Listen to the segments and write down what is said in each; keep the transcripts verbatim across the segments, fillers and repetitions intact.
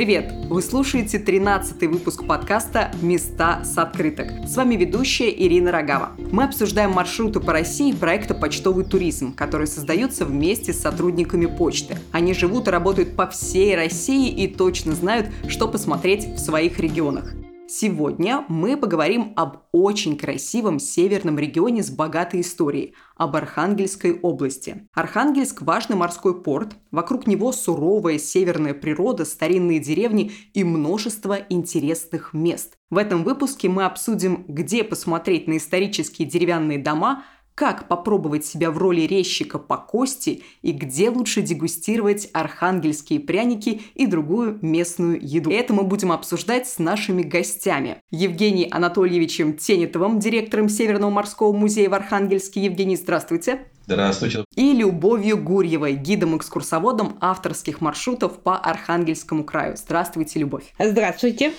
Привет! Вы слушаете тринадцатый выпуск подкаста «Места с открыток». С вами ведущая Ирина Рогава. Мы обсуждаем маршруты по России проекта «Почтовый туризм», который создается вместе с сотрудниками почты. Они живут и работают по всей России и точно знают, что посмотреть в своих регионах. Сегодня мы поговорим об очень красивом северном регионе с богатой историей, об Архангельской области. Архангельск – важный морской порт, вокруг него суровая северная природа, старинные деревни и множество интересных мест. В этом выпуске мы обсудим, где посмотреть на исторические деревянные дома, как попробовать себя в роли резчика по кости и где лучше дегустировать архангельские пряники и другую местную еду. Это мы будем обсуждать с нашими гостями. Евгением Анатольевичем Тенетовым, директором Северного морского музея в Архангельске. Евгений, здравствуйте. Здравствуйте. И Любовью Гурьевой, гидом-экскурсоводом авторских маршрутов по Архангельскому краю. Здравствуйте, Любовь. Здравствуйте.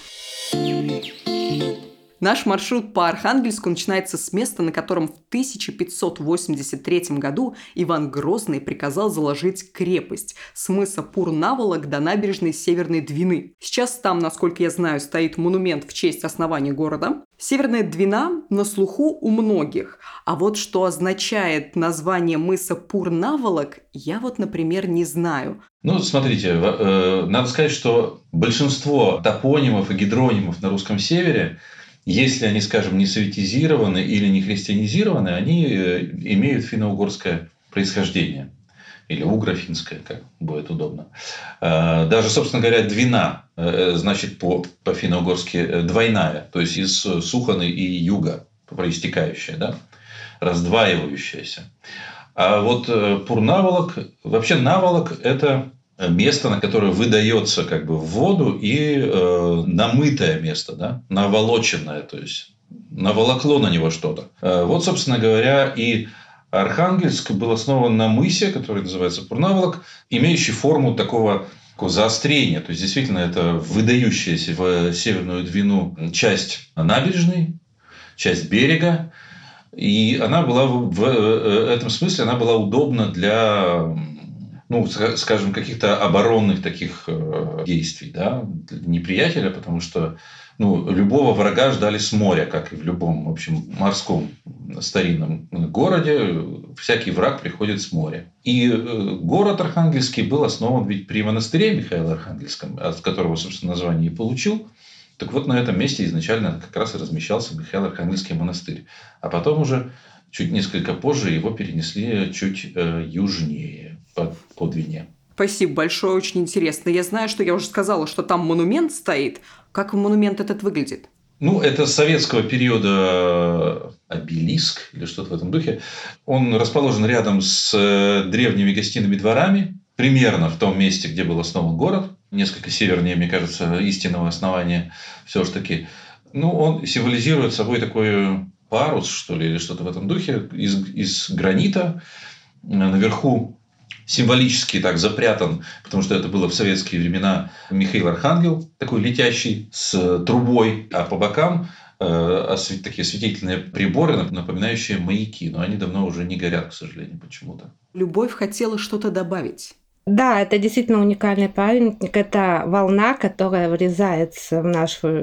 Наш маршрут по Архангельску начинается с места, на котором в тысяча пятьсот восемьдесят третьем году Иван Грозный приказал заложить крепость с мыса Пурнаволок до набережной Северной Двины. Сейчас там, насколько я знаю, стоит монумент в честь основания города. Северная Двина на слуху у многих, а вот что означает название мыса Пурнаволок, я вот, например, не знаю. Ну, смотрите, надо сказать, что большинство топонимов и гидронимов на русском севере, если они, скажем, не советизированы или не христианизированы, они имеют финно-угорское происхождение. Или угро-финское, как будет удобно. Даже, собственно говоря, Двина, значит по, по финно-угорски двойная. То есть из Суханы и юга проистекающая, да? Раздваивающаяся. А вот Пурнаволок, вообще наволок – это место, на которое выдается как бы в воду и э, намытое место, да? Наволоченное, то есть наволокло на него что-то. Э, вот, собственно говоря, и Архангельск был основан на мысе, который называется Пурнаволок, имеющий форму такого, такого заострения. То есть, действительно, это выдающаяся в Северную Двину часть набережной, часть берега. И она была в этом смысле она была удобна для, ну, скажем, каких-то оборонных таких действий, да, неприятеля, потому что ну, любого врага ждали с моря, как и в любом, в общем, морском старинном городе. Всякий враг приходит с моря. И город Архангельский был основан ведь при монастыре Михаила Архангельском, от которого, собственно, название и получил. Так вот, на этом месте изначально как раз и размещался Михаил Архангельский монастырь. А потом уже чуть несколько позже его перенесли чуть э, южнее, по, по Двине. Спасибо большое, очень интересно. Я знаю, что я уже сказала, что там монумент стоит. Как монумент этот выглядит? Ну, это с советского периода обелиск или что-то в этом духе. Он расположен рядом с древними гостиными дворами, примерно в том месте, где был основан город. Несколько севернее, мне кажется, истинного основания все-таки. Ну, он символизирует собой такой парус, что ли, или что-то в этом духе, из, из гранита. Наверху символически так запрятан, потому что это было в советские времена, Михаил Архангел, такой летящий с трубой, а по бокам э, такие осветительные приборы, напоминающие маяки. Но они давно уже не горят, к сожалению, почему-то. Любовь хотела что-то добавить. Да, это действительно уникальный памятник. Это волна, которая врезается в нашу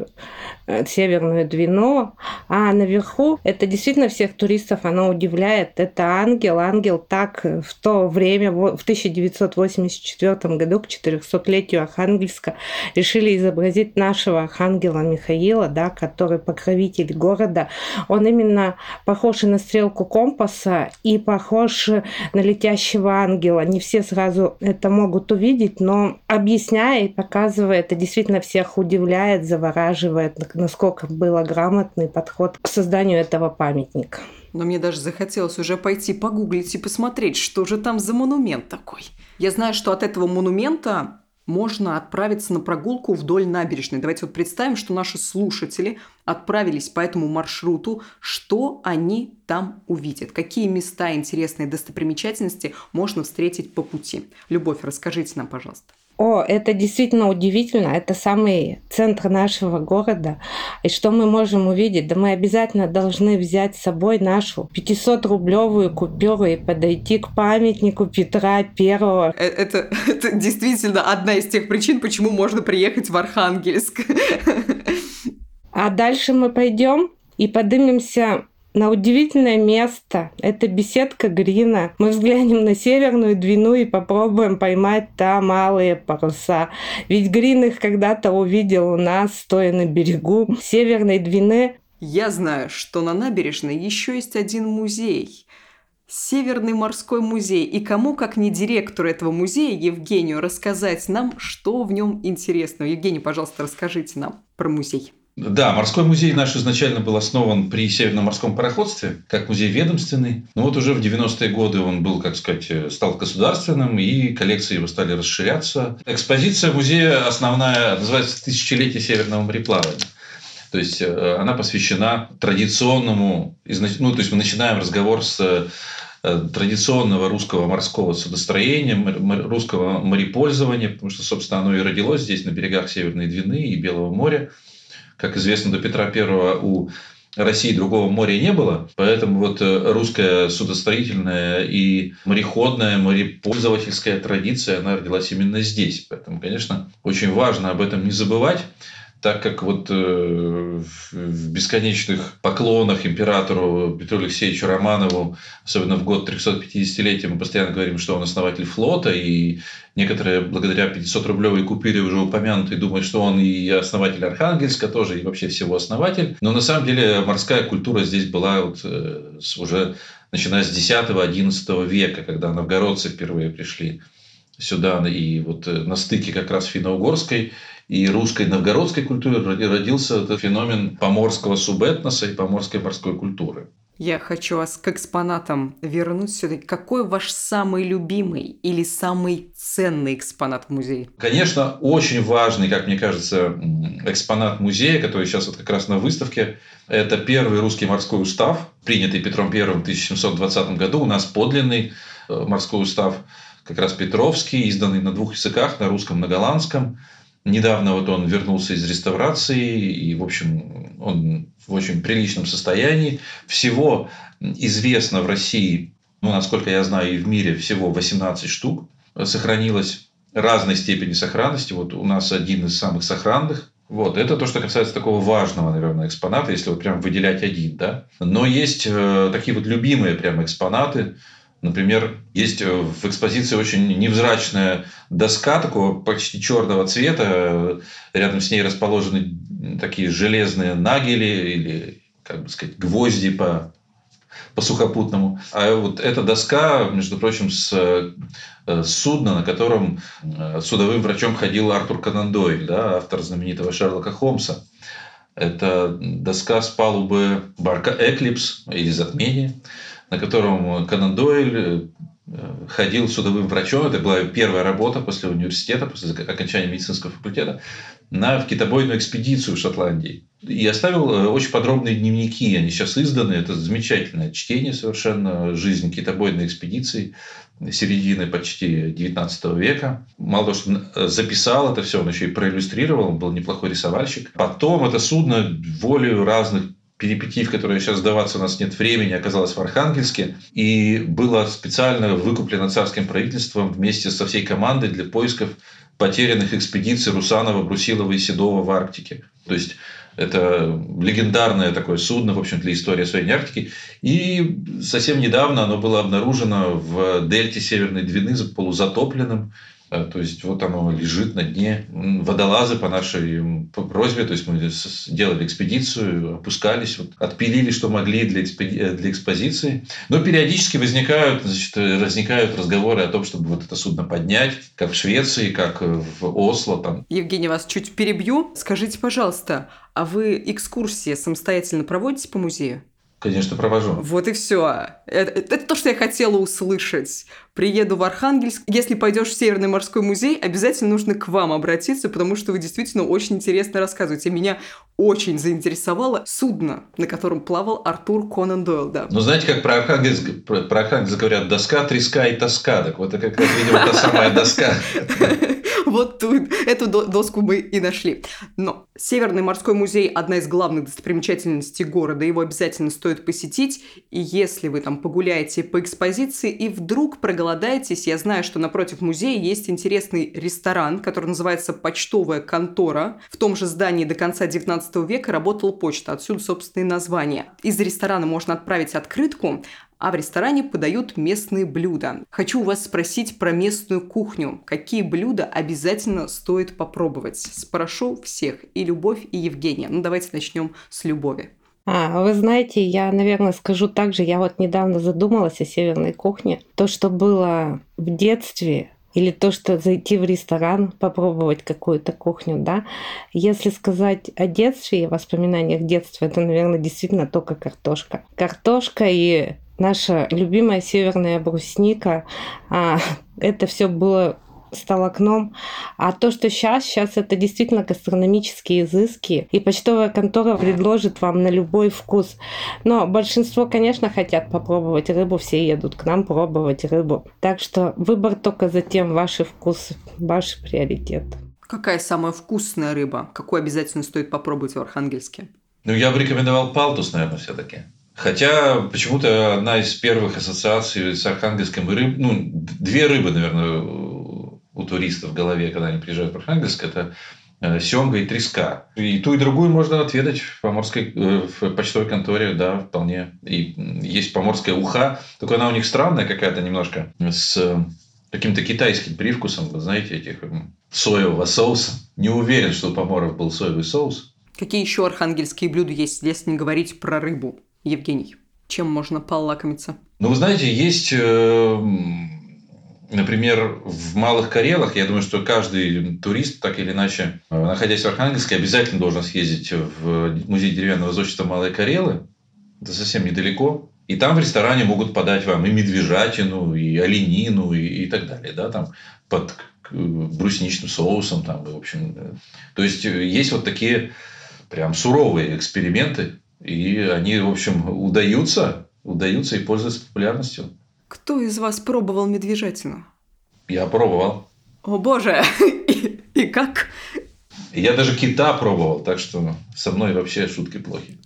Северную Двину. А наверху, это действительно всех туристов, оно удивляет. Это ангел. Ангел так в то время, в тысяча девятьсот восемьдесят четвёртом году, к четырехсотлетию Архангельска, решили изобразить нашего архангела Михаила, да, который покровитель города. Он именно похож и на стрелку компаса, и похож на летящего ангела. Не все сразу это могут увидеть, но объясняя и показывая, это действительно всех удивляет, завораживает, насколько был грамотный подход к созданию этого памятника. Но мне даже захотелось уже пойти погуглить и посмотреть, что же там за монумент такой. Я знаю, что от этого монумента можно отправиться на прогулку вдоль набережной. Давайте вот представим, что наши слушатели отправились по этому маршруту. Что они там увидят? Какие места, интересные достопримечательности можно встретить по пути? Любовь, расскажите нам, пожалуйста. О, это действительно удивительно. Это самый центр нашего города. И что мы можем увидеть? Да мы обязательно должны взять с собой нашу пятисотрублевую купюру и подойти к памятнику Петра Первого. Это, это действительно одна из тех причин, почему можно приехать в Архангельск. А дальше мы пойдем и поднимемся на удивительное место. Это беседка Грина. Мы взглянем на Северную Двину и попробуем поймать там малые паруса. Ведь Грин их когда-то увидел у нас, стоя на берегу Северной Двины. Я знаю, что на набережной еще есть один музей. Северный морской музей. И кому, как не директору этого музея, Евгению, рассказать нам, что в нем интересного. Евгений, пожалуйста, расскажите нам про музей. Да, морской музей наш изначально был основан при Северном морском пароходстве, как музей ведомственный. Но вот уже в девяностые годы он был, как сказать, стал государственным, и коллекции его стали расширяться. Экспозиция музея основная называется «Тысячелетие северного мореплавания». То есть она посвящена традиционному, ну, то есть мы начинаем разговор с традиционного русского морского судостроения, русского морепользования, потому что, собственно, оно и родилось здесь, на берегах Северной Двины и Белого моря. Как известно, до Петра Первого у России другого моря не было, поэтому вот русская судостроительная и мореходная, морепользовательская традиция, она родилась именно здесь. Поэтому, конечно, очень важно об этом не забывать, так как вот в бесконечных поклонах императору Петру Алексеевичу Романову, особенно в год трехсотпятидесятилетия, мы постоянно говорим, что он основатель флота, и некоторые благодаря пятисотрублевой купюре уже упомянутые думают, что он и основатель Архангельска тоже, и вообще всего основатель. Но на самом деле морская культура здесь была вот уже начиная с десятого-одиннадцатого века, когда новгородцы впервые пришли сюда, и вот на стыке как раз финно-угорской и русской новгородской культуры родился этот феномен поморского субэтноса и поморской морской культуры. Я хочу вас к экспонатам вернуть все-таки. Какой ваш самый любимый или самый ценный экспонат в музее? Конечно, очень важный, как мне кажется, экспонат музея, который сейчас вот как раз на выставке, это первый русский морской устав, принятый Петром Первым в тысяча семьсот двадцатом году. У нас подлинный морской устав, как раз Петровский, изданный на двух языках, на русском и на голландском. Недавно вот он вернулся из реставрации, и, в общем, он в очень приличном состоянии. Всего известно в России, ну, насколько я знаю, и в мире всего восемнадцать штук сохранилось разной степени сохранности. Вот у нас один из самых сохранных. Вот, это то, что касается такого важного, наверное, экспоната, если вот прям выделять один, да. Но есть э, такие вот любимые прям экспонаты. Например, есть в экспозиции очень невзрачная доска такого почти черного цвета. Рядом с ней расположены такие железные нагели или, как бы сказать, гвозди по, по сухопутному. А вот эта доска, между прочим, с, с судна, на котором судовым врачом ходил Артур Конан Дойль, да, автор знаменитого Шерлока Холмса. Это доска с палубы барка «Эклипс» или «Затмение», на котором Конан Дойль ходил судовым врачом. Это была первая работа после университета, после окончания медицинского факультета, на в китобойную экспедицию в Шотландии. И оставил очень подробные дневники. Они сейчас изданы. Это замечательное чтение совершенно. Жизнь китобойной экспедиции середины почти девятнадцатого века. Мало того, что записал это все, он еще и проиллюстрировал. Он был неплохой рисовальщик. Потом это судно волею разных перипетий, в которые сейчас сдаваться у нас нет времени, оказалось в Архангельске. И было специально выкуплено царским правительством вместе со всей командой для поисков потерянных экспедиций Русанова, Брусилова и Седова в Арктике. То есть это легендарное такое судно, в общем, для истории освоения Арктики. И совсем недавно оно было обнаружено в дельте Северной Двины полузатопленным. То есть вот оно лежит на дне. Водолазы по нашей просьбе, то есть мы делали экспедицию, опускались, вот, отпилили, что могли для, экспози... для экспозиции. Но периодически возникают, значит, возникают разговоры о том, чтобы вот это судно поднять, как в Швеции, как в Осло. Там. Евгений, вас чуть перебью. Скажите, пожалуйста, а вы экскурсии самостоятельно проводите по музею? Конечно, провожу. Вот и все. Это, это то, что я хотела услышать. Приеду в Архангельск. Если пойдешь в Северный морской музей, обязательно нужно к вам обратиться, потому что вы действительно очень интересно рассказываете. Меня очень заинтересовало судно, на котором плавал Артур Конан Дойл. Да. Ну, знаете, как про Архангельск, про, про Архангельск говорят: доска, треска и тоска. Так вот, это как раз, видимо, та самая доска. Вот тут, эту доску мы и нашли. Но Северный морской музей – одна из главных достопримечательностей города. Его обязательно стоит посетить. И если вы там погуляете по экспозиции и вдруг проголодаетесь, я знаю, что напротив музея есть интересный ресторан, который называется «Почтовая контора». В том же здании до конца девятнадцатого века работала почта. Отсюда, собственно, и название. Из ресторана можно отправить открытку, а в ресторане подают местные блюда. Хочу у вас спросить про местную кухню. Какие блюда обязательно стоит попробовать? Спрошу всех. И Любовь, и Евгения. Ну, давайте начнем с Любови. А, вы знаете, я, наверное, скажу так же. Я вот недавно задумалась о северной кухне. То, что было в детстве, или то, что зайти в ресторан, попробовать какую-то кухню, да. Если сказать о детстве и воспоминаниях детства, это, наверное, действительно только картошка. Картошка и наша любимая северная брусника, а, это все было столокном. А то, что сейчас, сейчас это действительно гастрономические изыски. И почтовая контора предложит вам на любой вкус. Но большинство, конечно, хотят попробовать рыбу. Все едут к нам пробовать рыбу. Так что выбор только затем ваши вкусы, ваш приоритет. Какая самая вкусная рыба? Какую обязательно стоит попробовать в Архангельске? Ну, я бы рекомендовал палтус, наверное, все-таки. Хотя почему-то одна из первых ассоциаций с Архангельском и рыб... Ну, две рыбы, наверное, у туристов в голове, когда они приезжают в Архангельск, это сёмга и треска. И ту, и другую можно отведать в поморской, в почтовой конторе, да, вполне. И есть поморская уха, только она у них странная какая-то немножко, с каким-то китайским привкусом, вы знаете, этих соевого соуса. Не уверен, что у поморов был соевый соус. Какие еще архангельские блюда есть, если не говорить про рыбу? Евгений, чем можно полакомиться? Ну, вы знаете, есть, например, в Малых Карелах, я думаю, что каждый турист, так или иначе, находясь в Архангельске, обязательно должен съездить в музей деревянного зодчества Малые Карелы. Это совсем недалеко. И там в ресторане могут подать вам и медвежатину, и оленину, и, и так далее. Да, там под брусничным соусом. Там, в общем. То есть, есть вот такие прям суровые эксперименты. И они, в общем, удаются, удаются и пользуются популярностью. Кто из вас пробовал медвежатину? Я пробовал. О боже! И, и как? Я даже кита пробовал, так что со мной вообще шутки плохи.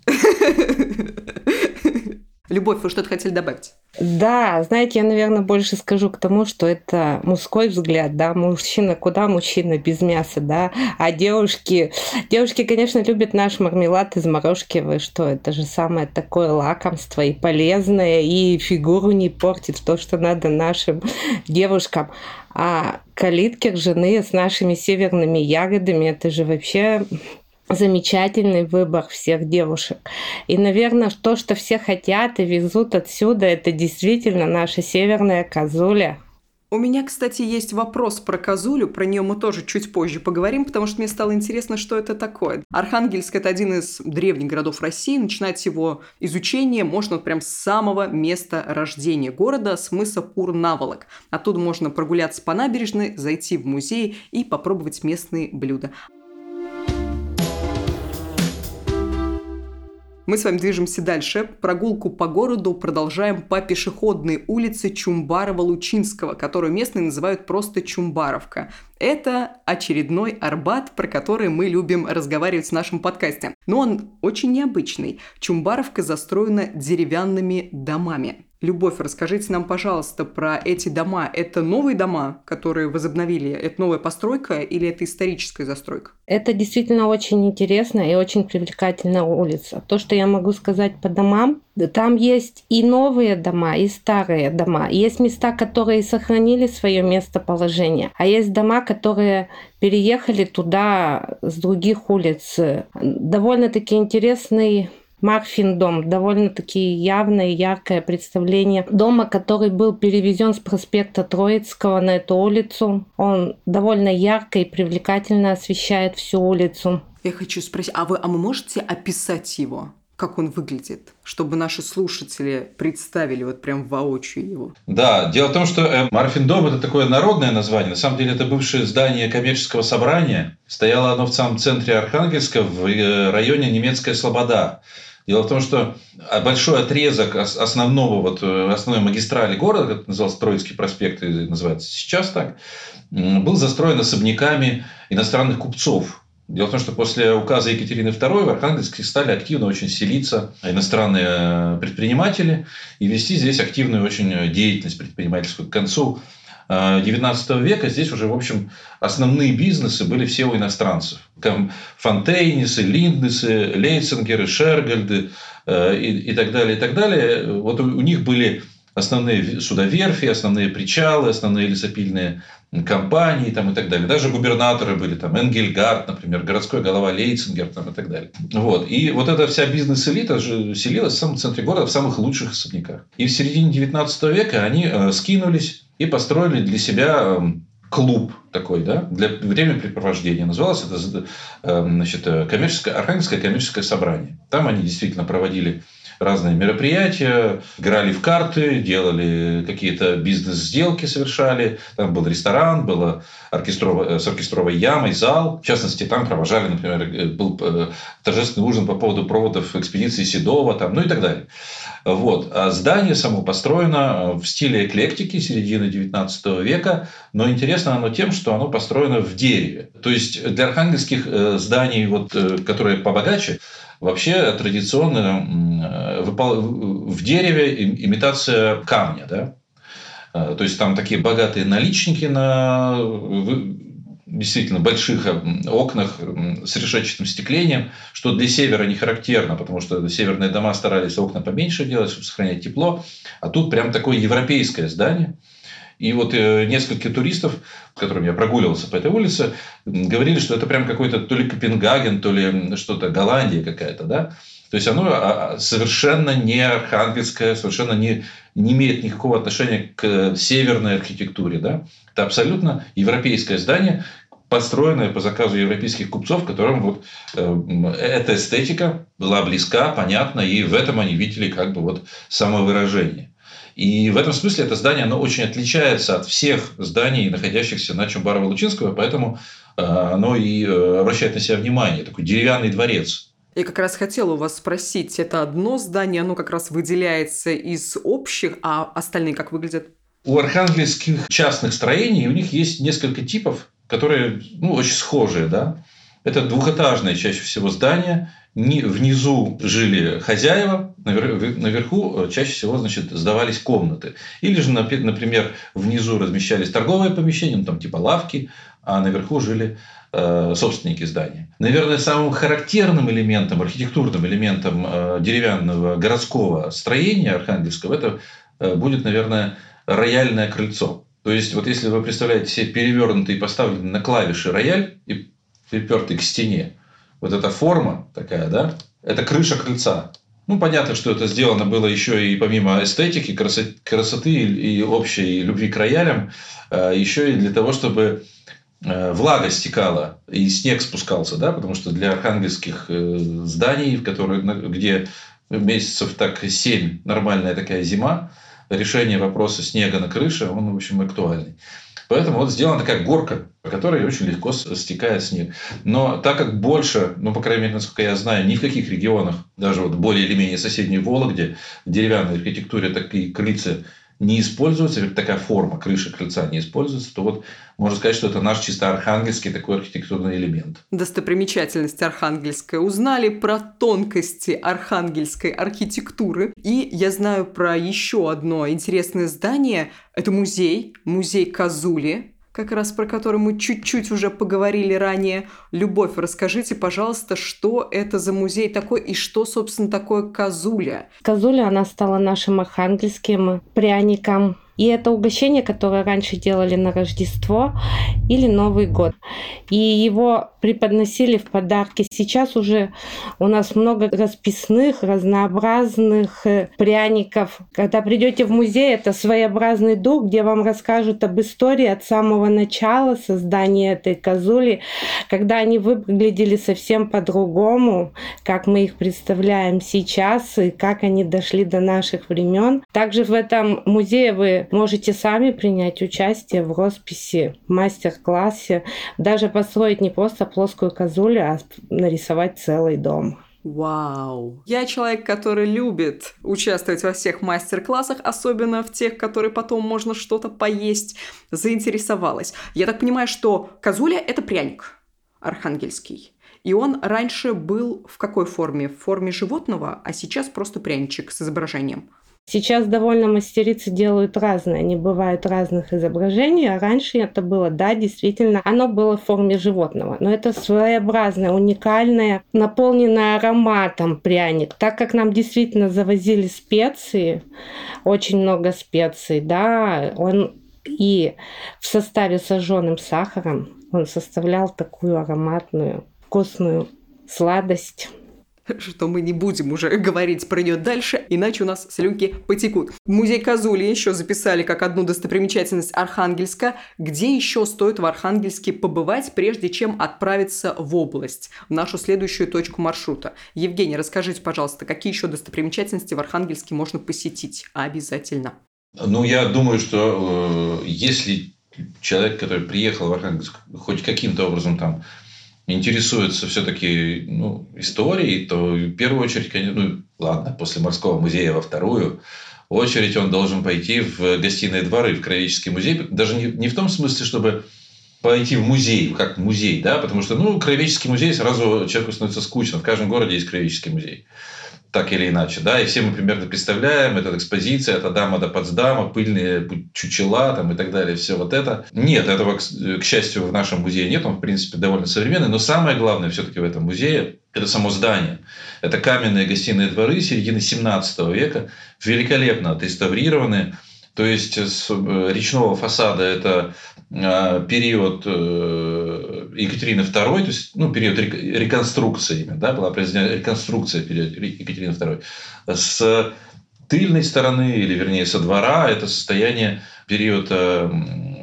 Любовь, вы что-то хотели добавить? Да, знаете, я, наверное, больше скажу к тому, что это мужской взгляд, да, мужчина, куда мужчина без мяса, да, а девушки, девушки, конечно, любят наш мармелад из морожки, вы что, это же самое такое лакомство и полезное, и фигуру не портит, то, что надо нашим девушкам. А калитки ржаные с нашими северными ягодами, это же вообще... замечательный выбор всех девушек. И, наверное, то, что все хотят и везут отсюда, это действительно наша северная козуля. У меня, кстати, есть вопрос про козулю, про нее мы тоже чуть позже поговорим, потому что мне стало интересно, что это такое. Архангельск – это один из древних городов России, начинать его изучение можно прям с самого места рождения города, с мыса Пур-Наволок. Оттуда можно прогуляться по набережной, зайти в музей и попробовать местные блюда. Мы с вами движемся дальше. Прогулку по городу продолжаем по пешеходной улице Чумбарова-Лучинского, которую местные называют просто Чумбаровка. Это очередной Арбат, про который мы любим разговаривать в нашем подкасте. Но он очень необычный. Чумбаровка застроена деревянными домами. Любовь, расскажите нам, пожалуйста, про эти дома. Это новые дома, которые возобновили? Это новая постройка или это историческая застройка? Это действительно очень интересная и очень привлекательная улица. То, что я могу сказать по домам, там есть и новые дома, и старые дома. Есть места, которые сохранили свое местоположение, а есть дома, которые переехали туда с других улиц. Довольно-таки интересный Марфин дом. Довольно-таки явное и яркое представление дома, который был перевезен с проспекта Троицкого на эту улицу. Он довольно ярко и привлекательно освещает всю улицу. Я хочу спросить, а вы, а вы можете описать его? Как он выглядит, чтобы наши слушатели представили вот прям воочию его? Да, дело в том, что э, Марфин дом – это такое народное название. На самом деле это бывшее здание коммерческого собрания. Стояло оно в самом центре Архангельска, в э, районе Немецкая Слобода. Дело в том, что большой отрезок основного, вот, основной магистрали города, как назывался Троицкий проспект, называется сейчас так, был застроен особняками иностранных купцов. Дело в том, что после указа Екатерины второй в Архангельске стали активно очень селиться иностранные предприниматели и вести здесь активную очень деятельность предпринимательскую. К концу девятнадцатого века здесь уже, в общем, основные бизнесы были все у иностранцев. Фонтейнисы, Линднесы, Лейцингеры, Шергольды и, и так далее, и так далее. Вот у, у них были основные судоверфи, основные причалы, основные лесопильные компании там, и так далее. Даже губернаторы были, там, Энгельгард, например, городской голова Лейцингер там, и так далее. Вот. И вот эта вся бизнес-элита же селилась в самом центре города, в самых лучших особняках. И в середине девятнадцатого века они э, скинулись и построили для себя э, клуб такой, да, для времяпрепровождения. Называлось это э, значит, коммерческое, Архангельское коммерческое собрание. Там они действительно проводили разные мероприятия, играли в карты, делали какие-то бизнес-сделки, совершали. Там был ресторан, было оркестровая, с оркестровой ямой, зал. В частности, там провожали, например, был торжественный ужин по поводу проводов экспедиции Седова, там, ну и так далее. Вот. А здание само построено в стиле эклектики середины девятнадцатого века, но интересно оно тем, что оно построено в дереве. То есть для архангельских зданий, вот, которые побогаче, вообще традиционно в дереве имитация камня. Да? То есть там такие богатые наличники на действительно больших окнах с решетчатым стеклением, что для севера не характерно, потому что северные дома старались окна поменьше делать, чтобы сохранять тепло. А тут прям такое европейское здание. И вот несколько туристов, с которыми я прогуливался по этой улице, говорили, что это прям какой-то то ли Копенгаген, то ли что-то Голландия какая-то. Да? То есть оно совершенно не архангельское, совершенно не, не имеет никакого отношения к северной архитектуре. Да? Это абсолютно европейское здание, построенное по заказу европейских купцов, которым вот, э, эта эстетика была близка, понятна, и в этом они видели как бы вот самовыражение. И в этом смысле это здание оно очень отличается от всех зданий, находящихся на Чубарова-Лучинского, поэтому э, оно и э, обращает на себя внимание. Такой деревянный дворец. Я как раз хотела у вас спросить, это одно здание, оно как раз выделяется из общих, а остальные как выглядят? У архангельских частных строений у них есть несколько типов, которые ну, очень схожие. Да? Это двухэтажное чаще всего здание. Внизу жили хозяева, наверху чаще всего значит, сдавались комнаты. Или же, например, внизу размещались торговые помещения, ну, там типа лавки, а наверху жили э, собственники здания. Наверное, самым характерным элементом, архитектурным элементом э, деревянного городского строения архангельского это э, будет, наверное, рояльное крыльцо. То есть, вот если вы представляете себе перевернутый и поставленный на клавиши рояль и припертый к стене, вот эта форма такая, да, это крыша крыльца. Ну, понятно, что это сделано было еще и помимо эстетики, красоты и общей любви к роялям, еще и для того, чтобы влага стекала и снег спускался, да, потому что для архангельских зданий, в которых, где месяцев так семь нормальная такая зима, решение вопроса снега на крыше, он, в общем, актуальный. Поэтому вот сделана такая горка, по которой очень легко стекает снег. Но так как больше, ну, по крайней мере, насколько я знаю, ни в каких регионах, даже вот более или менее соседней Вологде, в деревянной архитектуре такие крыльца не используются, такая форма крыши крыльца не используется, то вот можно сказать, что это наш чисто архангельский такой архитектурный элемент. Достопримечательность архангельская. Узнали про тонкости архангельской архитектуры. И я знаю про еще одно интересное здание. Это музей, музей Козули, как раз про который мы чуть-чуть уже поговорили ранее. Любовь, расскажите, пожалуйста, что это за музей такой и что, собственно, такое Козуля? Козуля, она стала нашим архангельским пряником. И это угощение, которое раньше делали на Рождество или Новый год. И его преподносили в подарки. Сейчас уже у нас много расписных, разнообразных пряников. Когда придете в музей, это своеобразный дух, где вам расскажут об истории от самого начала создания этой козули, когда они выглядели совсем по-другому, как мы их представляем сейчас, и как они дошли до наших времен. Также в этом музее вы можете сами принять участие в росписи, в мастер-классе, даже построить не просто плоскую козулю, а нарисовать целый дом. Вау! Я человек, который любит участвовать во всех мастер-классах, особенно в тех, которые потом можно что-то поесть. Заинтересовалась. Я так понимаю, что козуля – это пряник архангельский. И он раньше был в какой форме? В форме животного, а сейчас просто пряничек с изображением. Сейчас довольно мастерицы делают разные, они бывают разных изображений, а раньше это было, да, действительно, оно было в форме животного, но это своеобразное, уникальное, наполненное ароматом пряник, так как нам действительно завозили специи, очень много специй, да, он и в составе с сожженным сахаром он составлял такую ароматную, вкусную сладость. Что мы не будем уже говорить про нее дальше, иначе у нас слюнки потекут. Музей козули еще записали как одну достопримечательность Архангельска. Где еще стоит в Архангельске побывать, прежде чем отправиться в область, в нашу следующую точку маршрута? Евгений, расскажите, пожалуйста, какие еще достопримечательности в Архангельске можно посетить обязательно? Ну, я думаю, что э, если человек, который приехал в Архангельск, хоть каким-то образом там интересуется все-таки ну, историей, то в первую очередь, конечно, ну ладно, после морского музея во вторую очередь он должен пойти в гостиные дворы, в Краеведческий музей. Даже не, не в том смысле, чтобы пойти в музей, как музей, да, потому что, ну, Краеведческий музей, сразу человеку становится скучно. В каждом городе есть Краеведческий музей. Так или иначе, да, и все мы примерно представляем, это экспозиция, это дама до Потсдама, пыльные чучела там и так далее, все вот это. Нет, этого, к счастью, в нашем музее нет, он, в принципе, довольно современный, но самое главное все-таки в этом музее – это само здание. Это каменные гостиные дворы середины семнадцатого века, великолепно отреставрированные. То есть, с речного фасада это период Екатерины второй, то есть ну, период реконструкции, да, была произведена реконструкция период Екатерины второй. С тыльной стороны, или вернее со двора, это состояние периода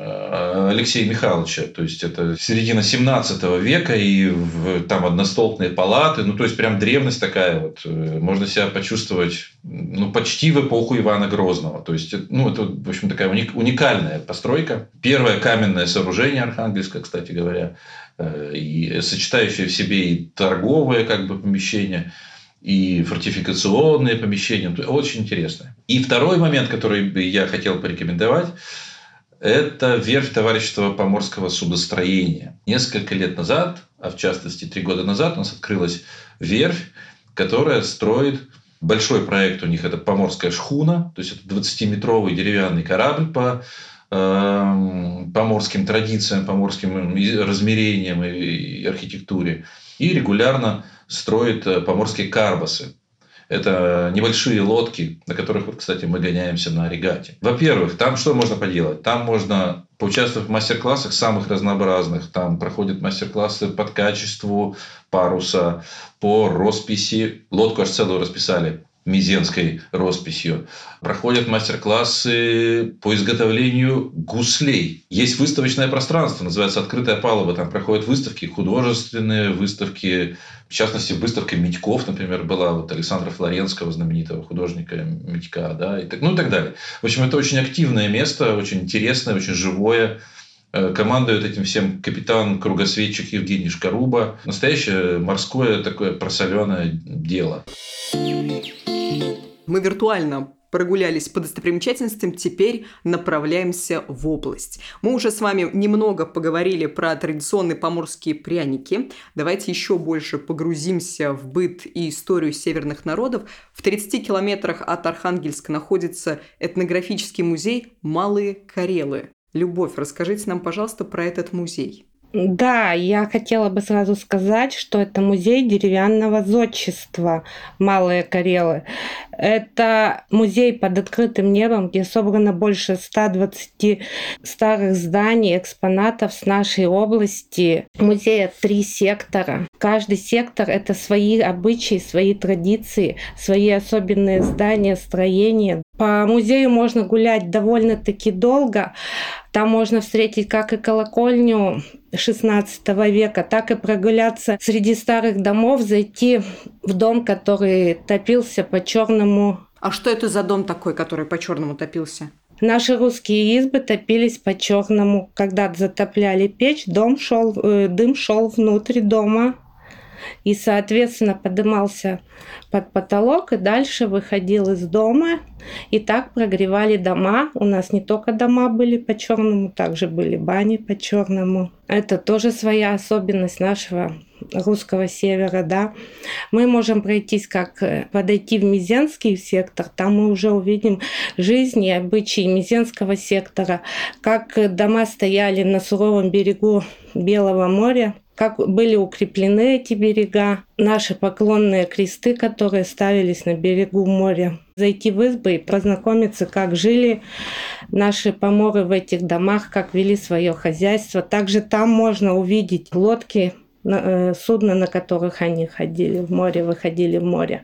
Алексея Михайловича, то есть это середина семнадцатого века, и в, там одностолбные палаты, ну то есть прям древность такая вот, можно себя почувствовать ну, почти в эпоху Ивана Грозного, то есть ну это в общем такая уникальная постройка, первое каменное сооружение Архангельска, кстати говоря, и сочетающее в себе и торговое как бы помещение, и фортификационные помещения, очень интересно. И второй момент, который я хотел порекомендовать, это верфь товарищества Поморского судостроения. Несколько лет назад, а в частности три года назад, у нас открылась верфь, которая строит большой проект. У них это Поморская шхуна, то есть это двадцатиметровый деревянный корабль по э, поморским традициям, поморским размерениям и архитектуре. И регулярно строит поморские карбасы. Это небольшие лодки, на которых, вот, кстати, мы гоняемся на регате. Во-первых, там что можно поделать? Там можно поучаствовать в мастер-классах самых разнообразных. Там проходят мастер-классы по качеству паруса, по росписи. Лодку аж целую расписали мезенской росписью. Проходят мастер-классы по изготовлению гуслей. Есть выставочное пространство, называется «Открытая палуба». Там проходят выставки, художественные выставки. В частности, выставка Митьков, например, была вот Александра Флоренского, знаменитого художника Митька, да, и так, ну и так далее. В общем, это очень активное место, очень интересное, очень живое. Командует этим всем капитан-кругосветчик Евгений Шкаруба. Настоящее морское такое просоленное дело. Мы виртуально прогулялись по достопримечательностям, теперь направляемся в область. Мы уже с вами немного поговорили про традиционные поморские пряники. Давайте еще больше погрузимся в быт и историю северных народов. В тридцати километрах от Архангельска находится этнографический музей «Малые Карелы». Любовь, расскажите нам, пожалуйста, про этот музей. Да, я хотела бы сразу сказать, что это музей деревянного зодчества «Малые Карелы». Это музей под открытым небом, где собрано больше ста двадцати старых зданий, экспонатов с нашей области. У музея три сектора. Каждый сектор – это свои обычаи, свои традиции, свои особенные здания, строения. По музею можно гулять довольно-таки долго. Там можно встретить как и колокольню шестнадцатого века, так и прогуляться среди старых домов, зайти в дом, который топился по черному. А что это за дом такой, который по черному топился? Наши русские избы топились по черному. Когда затопляли печь, дом шел, э, дым шел внутрь дома. и, соответственно, поднимался под потолок и дальше выходил из дома. И так прогревали дома. У нас не только дома были по-черному, также были бани по-черному. Это тоже своя особенность нашего русского севера, да. Мы можем пройтись, как подойти в Мезенский сектор, там мы уже увидим жизнь и обычаи Мезенского сектора, как дома стояли на суровом берегу Белого моря, как были укреплены эти берега, наши поклонные кресты, которые ставились на берегу моря. Зайти в избы и познакомиться, как жили наши поморы в этих домах, как вели свое хозяйство. Также там можно увидеть лодки, судна, на которых они ходили в море, выходили в море.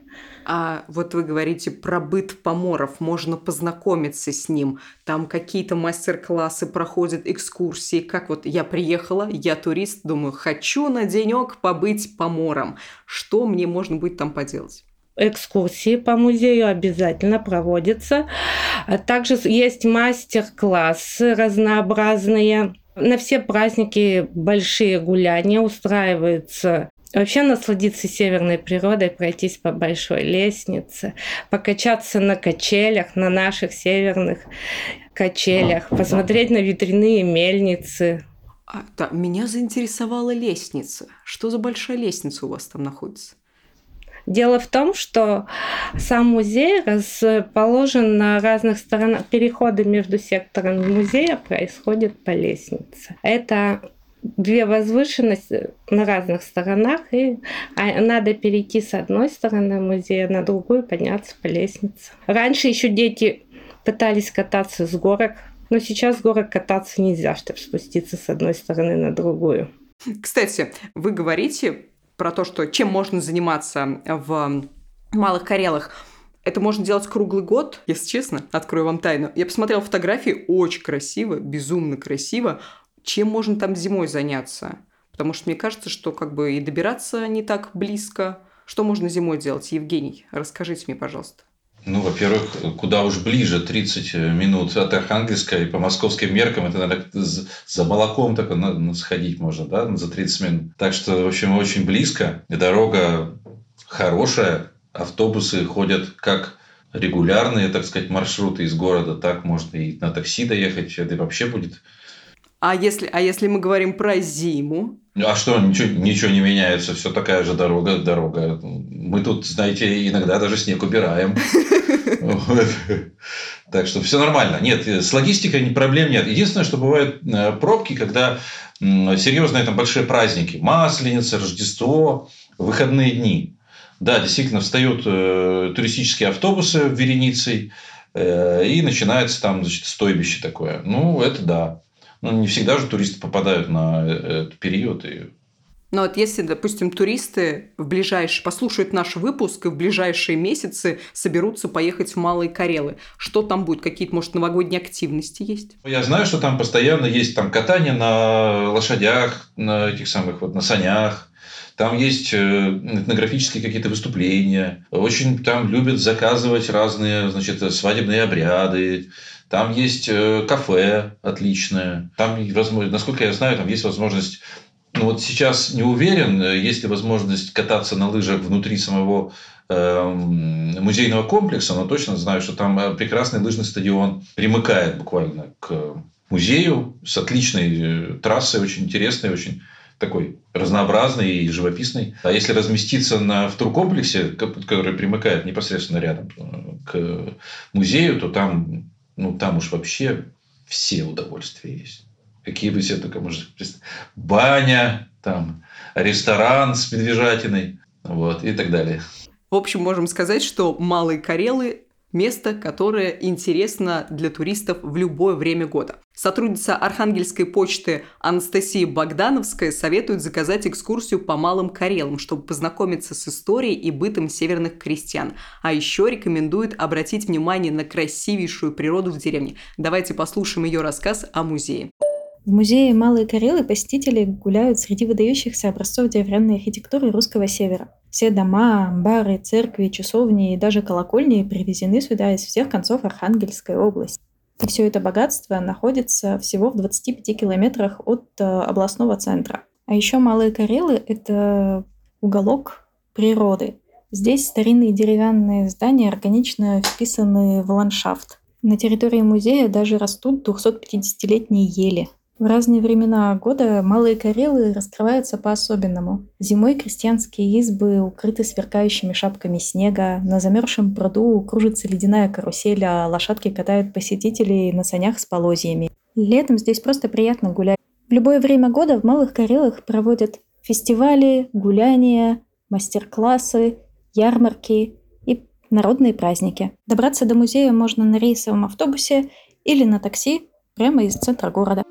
А вот вы говорите про быт поморов, можно познакомиться с ним. Там какие-то мастер-классы проходят, экскурсии. Как вот я приехала, я турист, думаю, хочу на денек побыть помором. Что мне можно будет там поделать? Экскурсии по музею обязательно проводятся. Также есть мастер-классы разнообразные. На все праздники большие гуляния устраиваются. Вообще насладиться северной природой, пройтись по большой лестнице, покачаться на качелях, на наших северных качелях, посмотреть на ветряные мельницы. А, да, меня заинтересовала лестница. Что за большая лестница у вас там находится? Дело в том, что сам музей расположен на разных сторонах. Переходы между секторами музея происходят по лестнице. Это две возвышенности на разных сторонах, и надо перейти с одной стороны музея на другую, подняться по лестнице. Раньше еще дети пытались кататься с горок, но сейчас с горок кататься нельзя, чтобы спуститься с одной стороны на другую. Кстати, вы говорите про то, что чем можно заниматься в Малых Карелах. Это можно делать круглый год, если честно, открою вам тайну. Я посмотрела фотографии, очень красиво, безумно красиво. Чем можно там зимой заняться? Потому что мне кажется, что как бы и добираться не так близко. Что можно зимой делать, Евгений? Расскажите мне, пожалуйста. Ну, во-первых, куда уж ближе, тридцать минут от Архангельска, и по московским меркам это, наверное, за молоком только сходить можно, да, за тридцать минут. Так что, в общем, очень близко. Дорога хорошая, автобусы ходят как регулярные, так сказать, маршруты из города, так можно и на такси доехать, это вообще будет. А если, а если мы говорим про зиму? А что, ничего, ничего не меняется, все такая же дорога, дорога. Мы тут, знаете, иногда даже снег убираем. Так что все нормально. Нет, с логистикой проблем нет. Единственное, что бывают пробки, когда серьезные там большие праздники. Масленица, Рождество, выходные дни. Да, действительно, встают туристические автобусы вереницей, и начинается там, значит, стойбище такое. Ну, это да. Ну, не всегда же туристы попадают на этот период. И... Но вот если, допустим, туристы в ближайшие, послушают наш выпуск и в ближайшие месяцы соберутся поехать в Малые Карелы, что там будет? Какие-то, может, новогодние активности есть? Я знаю, что там постоянно есть там катание на лошадях, на этих самых вот на санях. Там есть этнографические какие-то выступления. Очень там любят заказывать разные, значит, свадебные обряды. Там есть кафе отличное. Там, насколько я знаю, там есть возможность... Ну, вот сейчас не уверен, есть ли возможность кататься на лыжах внутри самого э, музейного комплекса, но точно знаю, что там прекрасный лыжный стадион примыкает буквально к музею с отличной трассой, очень интересной, очень такой разнообразный и живописный. А если разместиться на, в туркомплексе, который примыкает непосредственно рядом к музею, то там... Ну, там уж вообще все удовольствия есть. Какие вы себе только можете представить. Баня, там, ресторан с медвежатиной, вот, и так далее. В общем, можем сказать, что Малые Карелы – место, которое интересно для туристов в любое время года. Сотрудница Архангельской почты Анастасия Богдановская советует заказать экскурсию по Малым Карелам, чтобы познакомиться с историей и бытом северных крестьян. А еще рекомендует обратить внимание на красивейшую природу в деревне. Давайте послушаем ее рассказ о музее. В музее Малые Карелы посетители гуляют среди выдающихся образцов деревянной архитектуры русского севера. Все дома, амбары, церкви, часовни и даже колокольни привезены сюда из всех концов Архангельской области. И все это богатство находится всего в двадцати пяти километрах от областного центра. А еще Малые Карелы – это уголок природы. Здесь старинные деревянные здания органично вписаны в ландшафт. На территории музея даже растут двухсотпятидесятилетние ели. В разные времена года Малые Карелы раскрываются по-особенному. Зимой крестьянские избы укрыты сверкающими шапками снега, на замерзшем пруду кружится ледяная карусель, а лошадки катают посетителей на санях с полозьями. Летом здесь просто приятно гулять. В любое время года в Малых Карелах проводят фестивали, гуляния, мастер-классы, ярмарки и народные праздники. Добраться до музея можно на рейсовом автобусе или на такси прямо из центра города.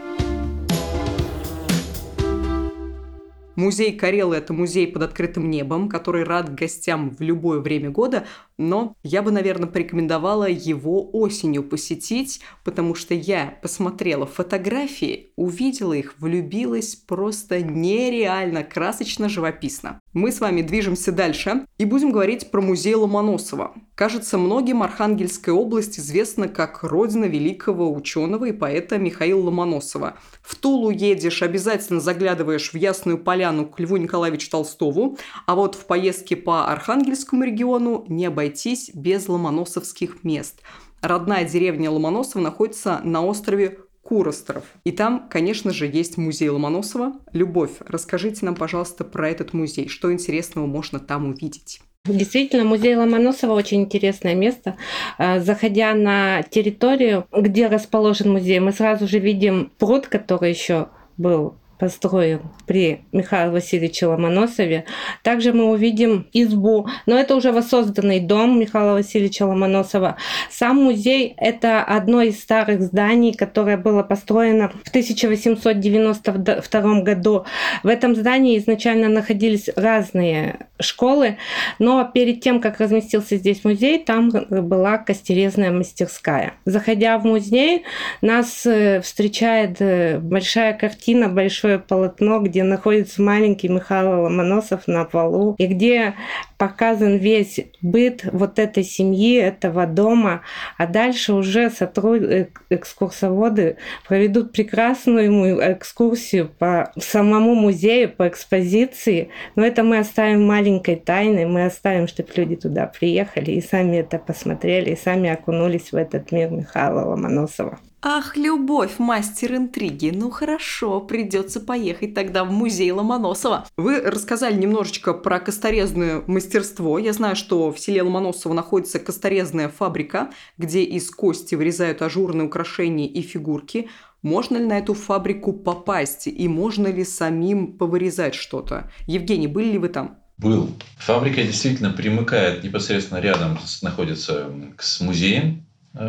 Музей Карелы – это музей под открытым небом, который рад гостям в любое время года, но я бы, наверное, порекомендовала его осенью посетить, потому что я посмотрела фотографии, увидела их, влюбилась просто нереально красочно, живописно. Мы с вами движемся дальше и будем говорить про музей Ломоносова. Кажется, многим Архангельская область известна как родина великого ученого и поэта Михаила Ломоносова. В Тулу едешь, обязательно заглядываешь в Ясную Поляну к Льву Николаевичу Толстову, а вот в поездке по Архангельскому региону не обойтись без ломоносовских мест. Родная деревня Ломоносова находится на острове Куростров. И там, конечно же, есть музей Ломоносова. Любовь, расскажите нам, пожалуйста, про этот музей. Что интересного можно там увидеть? Действительно, музей Ломоносова очень интересное место. Заходя на территорию, где расположен музей, мы сразу же видим пруд, который еще был построен при Михаиле Васильевиче Ломоносове. Также мы увидим избу, но это уже воссозданный дом Михаила Васильевича Ломоносова. Сам музей – это одно из старых зданий, которое было построено в тысяча восемьсот девяносто втором году. В этом здании изначально находились разные школы, но перед тем, как разместился здесь музей, там была костерезная мастерская. Заходя в музей, нас встречает большая картина, большое полотно, где находится маленький Михаил Ломоносов на полу, и где показан весь быт вот этой семьи, этого дома, а дальше уже сотруд... экскурсоводы проведут прекрасную экскурсию по самому музею, по экспозиции, но это мы оставим маленькой тайной, мы оставим, чтобы люди туда приехали и сами это посмотрели, и сами окунулись в этот мир Михаила Ломоносова. Ах, Любовь, мастер интриги, ну хорошо, придется поехать тогда в музей Ломоносова. Вы рассказали немножечко про косторезное мастерство. Я знаю, что в селе Ломоносово находится косторезная фабрика, где из кости вырезают ажурные украшения и фигурки. Можно ли на эту фабрику попасть и можно ли самим повырезать что-то? Евгений, были ли вы там? Был. Фабрика действительно примыкает непосредственно рядом, находится с музеем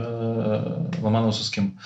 Ломоносовским.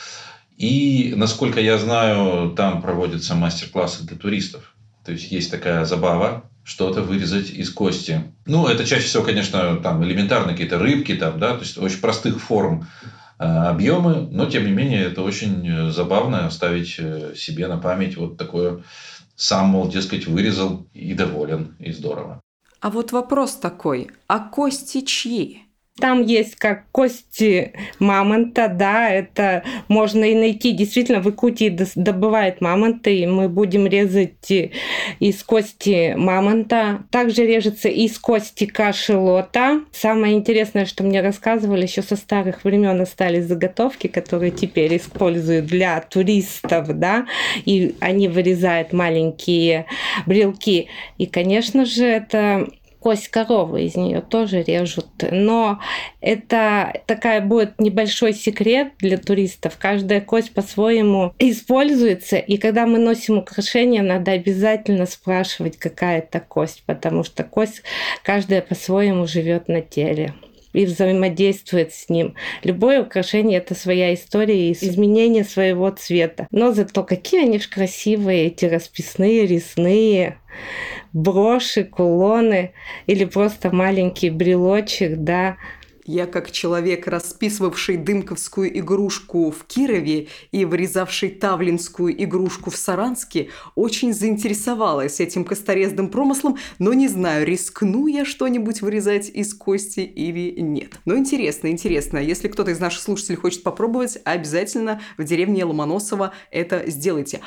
И, насколько я знаю, там проводятся мастер-классы для туристов. То есть есть такая забава, что-то вырезать из кости. Ну, это чаще всего, конечно, там элементарные какие-то рыбки, там, да, то есть очень простых форм э, объемы, но тем не менее это очень забавно оставить себе на память вот такое. Сам, мол, дескать, вырезал и доволен, и здорово. А вот вопрос такой, а кости чьи? Там есть как кости мамонта, да, это можно и найти. Действительно, в Якутии добывают мамонты, и мы будем резать из кости мамонта. Также режется из кости кашелота. Самое интересное, что мне рассказывали, еще со старых времен остались заготовки, которые теперь используют для туристов, да, и они вырезают маленькие брелки. И, конечно же, это... кость коровы, из нее тоже режут. Но это такая будет небольшой секрет для туристов. Каждая кость по-своему используется. И когда мы носим украшения, надо обязательно спрашивать, какая это кость, потому что кость каждая по-своему живет на теле и взаимодействует с ним. Любое украшение – это своя история и изменение своего цвета. Но зато какие они же красивые, эти расписные, резные броши, кулоны или просто маленький брелочек, да. Я, как человек, расписывавший дымковскую игрушку в Кирове и вырезавший тавлинскую игрушку в Саранске, очень заинтересовалась этим косторезным промыслом, но не знаю, рискну я что-нибудь вырезать из кости или нет. Но интересно, интересно. Если кто-то из наших слушателей хочет попробовать, обязательно в деревне Ломоносово это сделайте.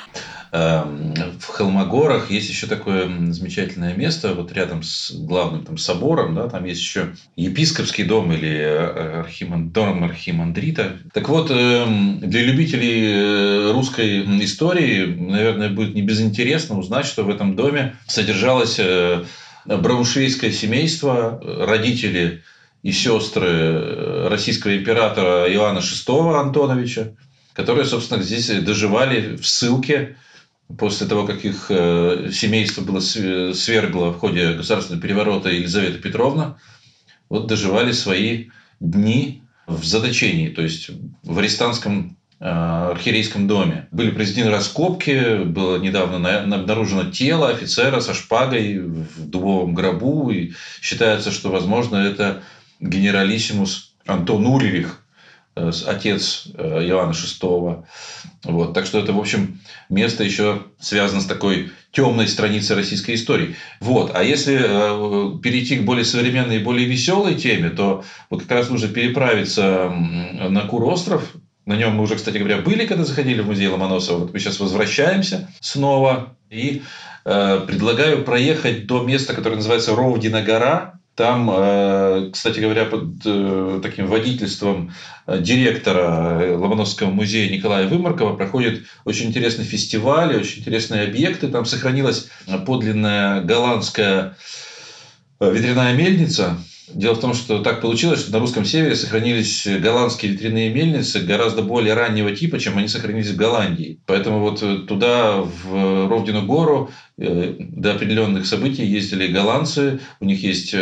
В Холмогорах есть еще такое замечательное место, вот рядом с главным там собором, да, там есть еще епископский дом или архиман... дом архимандрита. Так вот, для любителей русской истории, наверное, будет не безинтересно узнать, что в этом доме содержалось брауншвейгское семейство, родители и сестры российского императора Иоанна шестого Антоновича, которые, собственно, здесь доживали в ссылке после того, как их семейство было свергло в ходе государственного переворота Елизавета Петровна. Вот доживали свои дни в заточении, то есть в арестантском архиерейском доме. Были произведены раскопки, было недавно обнаружено тело офицера со шпагой в дубовом гробу, и считается, что, возможно, это генералиссимус Антон Урерих, отец Иоанна шестого. Вот. Так что это, в общем, место еще связано с такой темной страницей российской истории. Вот. А если перейти к более современной и более веселой теме, то вот как раз нужно переправиться на Кур-остров. На нем мы уже, кстати говоря, были, когда заходили в музей Ломоносова. Вот мы сейчас возвращаемся снова. И э, предлагаю проехать до места, которое называется Ровдина гора. Там, кстати говоря, под таким водительством директора Ломоносовского музея Николая Вымаркова проходит очень интересный фестиваль, очень интересные объекты. Там сохранилась подлинная голландская ветряная мельница. Дело в том, что так получилось, что на русском севере сохранились голландские ветряные мельницы гораздо более раннего типа, чем они сохранились в Голландии. Поэтому вот туда, в Ровдину гору, до определенных событий ездили голландцы. У них есть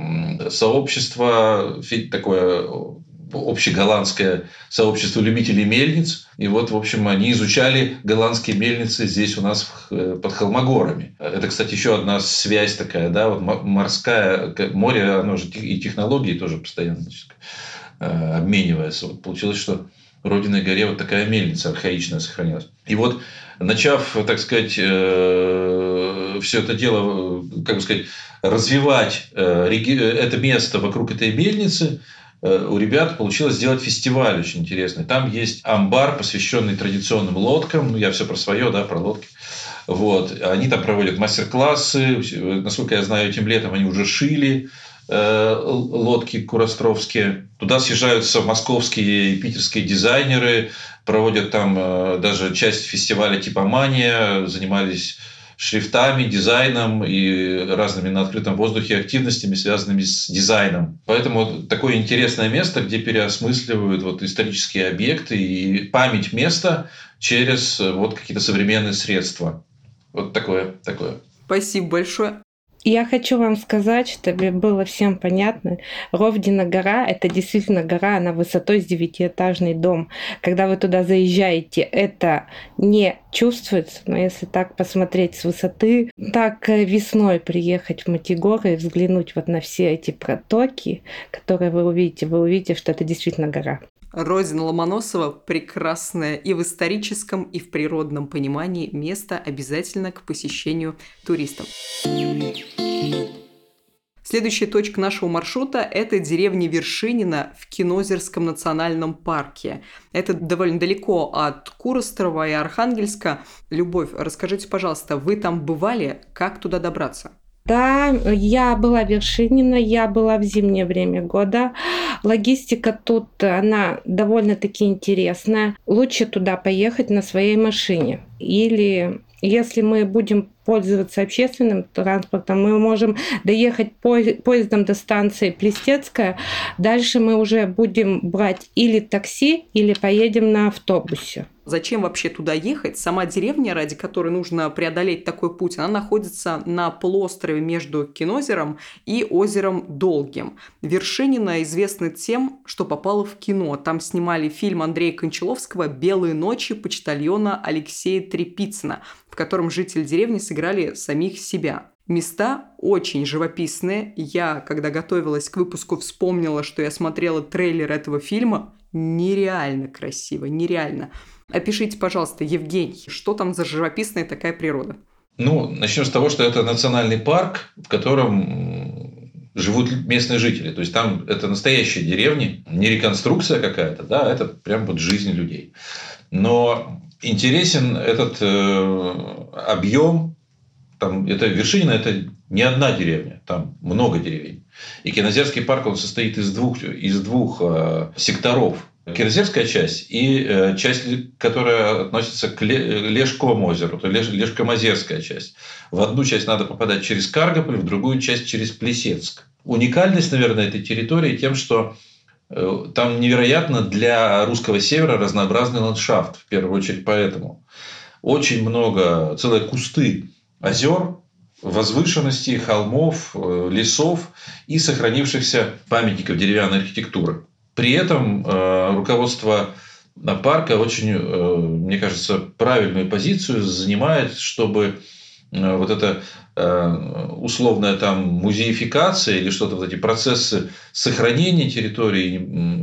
сообщество, такое общеголландское сообщество любителей мельниц. И вот, в общем, они изучали голландские мельницы здесь у нас под Холмогорами. Это, кстати, еще одна связь такая, да, вот морская, море, оно же и технологии тоже постоянно, значит, обменивается. Вот получилось, что в Ровдиной горе вот такая мельница архаичная сохранилась. И вот, начав, так сказать, все это дело, как бы сказать, развивать это место вокруг этой мельницы, у ребят получилось сделать фестиваль очень интересный. Там есть амбар, посвященный традиционным лодкам. Я все про свое, да, про лодки. Вот. Они там проводят мастер-классы. Насколько я знаю, этим летом они уже шили э, лодки куростровские. Туда съезжаются московские и питерские дизайнеры. Проводят там э, даже часть фестиваля «Типомания». Занимались шрифтами, дизайном и разными на открытом воздухе активностями, связанными с дизайном. Поэтому такое интересное место, где переосмысливают вот исторические объекты и память места через вот какие-то современные средства. Вот такое, такое. Спасибо большое. Я хочу вам сказать, чтобы было всем понятно, Ровдина гора – это действительно гора, она высотой с девятиэтажный дом. Когда вы туда заезжаете, это не чувствуется, но если так посмотреть с высоты, так весной приехать в Матигоры и взглянуть вот на все эти протоки, которые вы увидите, вы увидите, что это действительно гора. Родина Ломоносова прекрасное и в историческом, и в природном понимании место обязательно к посещению туристам. Следующая точка нашего маршрута – это деревня Вершинина в Кинозерском национальном парке. Это довольно далеко от Кур-острова и Архангельска. Любовь, расскажите, пожалуйста, вы там бывали? Как туда добраться? Да, я была в Вершинина, я была в зимнее время года. Логистика тут, она довольно-таки интересная. Лучше туда поехать на своей машине. Или если мы будем пользоваться общественным транспортом, мы можем доехать поездом до станции Плестецкая. Дальше мы уже будем брать или такси, или поедем на автобусе. Зачем вообще туда ехать? Сама деревня, ради которой нужно преодолеть такой путь, она находится на полуострове между Кинозером и озером Долгим. Вершинина известна тем, что попала в кино. Там снимали фильм Андрея Кончаловского «Белые ночи» почтальона Алексея Трепицына, в котором жители деревни сыграли самих себя. Места очень живописные. Я, когда готовилась к выпуску, вспомнила, что я смотрела трейлер этого фильма. Нереально красиво, нереально. Опишите, пожалуйста, Евгений, что там за живописная такая природа? Ну, начнем с того, что это национальный парк, в котором живут местные жители. То есть там это настоящие деревни, не реконструкция какая-то, да, это прям вот жизнь людей. Но интересен этот э, объем. Там, это Вершинина, это не одна деревня, там много деревень. И Кинозерский парк, он состоит из двух, из двух э, секторов. Кинозерская часть и э, часть, которая относится к Лешковому озеру, то Леш, Лешкомозерская часть. В одну часть надо попадать через Каргополь, в другую часть через Плесецк. Уникальность, наверное, этой территории тем, что э, там невероятно для русского севера разнообразный ландшафт, в первую очередь поэтому. Очень много, целые кусты озер, возвышенностей, холмов, лесов и сохранившихся памятников деревянной архитектуры. При этом э, руководство парка очень, э, мне кажется, правильную позицию занимает, чтобы э, вот эта э, условная там музеификация или что-то, вот эти процессы сохранения территории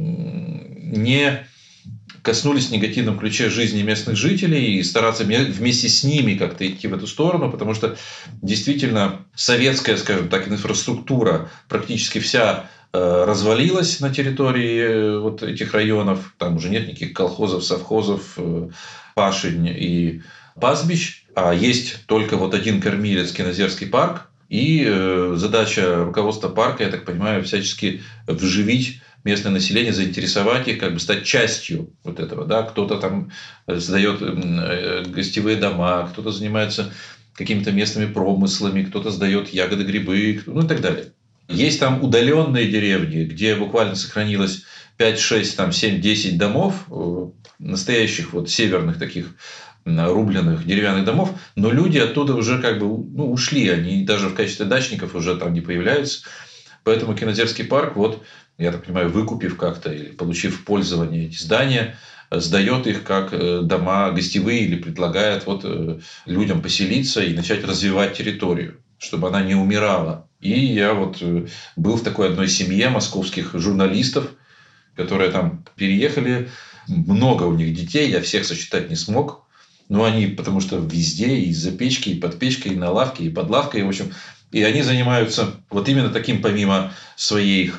не коснулись в негативном ключе жизни местных жителей и стараться вместе с ними как-то идти в эту сторону, потому что действительно советская, скажем так, инфраструктура практически вся э, развалилась на территории э, вот этих районов. Там уже нет никаких колхозов, совхозов, э, пашень и пастбищ, а есть только вот один кормилец — Кинозерский парк. И э, задача руководства парка, я так понимаю, всячески вживить местное население, заинтересовать их, как бы стать частью вот этого. Да? Кто-то там создает гостевые дома, кто-то занимается какими-то местными промыслами, кто-то сдает ягоды, грибы, ну и так далее. Есть там удаленные деревни, где буквально сохранилось пять, шесть, там, семь, десять домов, настоящих вот северных таких рубленых деревянных домов, но люди оттуда уже как бы ну, ушли, они даже в качестве дачников уже там не появляются. Поэтому Кинозерский парк, вот, я так понимаю, выкупив как-то или получив в пользование эти здания, сдает их как дома гостевые или предлагает вот людям поселиться и начать развивать территорию, чтобы она не умирала. И я вот был в такой одной семье московских журналистов, которые там переехали. Много у них детей, я всех сосчитать не смог. Но они, потому что везде, и за печкой, и под печкой, и на лавке, и под лавкой, в общем. И они занимаются вот именно таким, помимо своей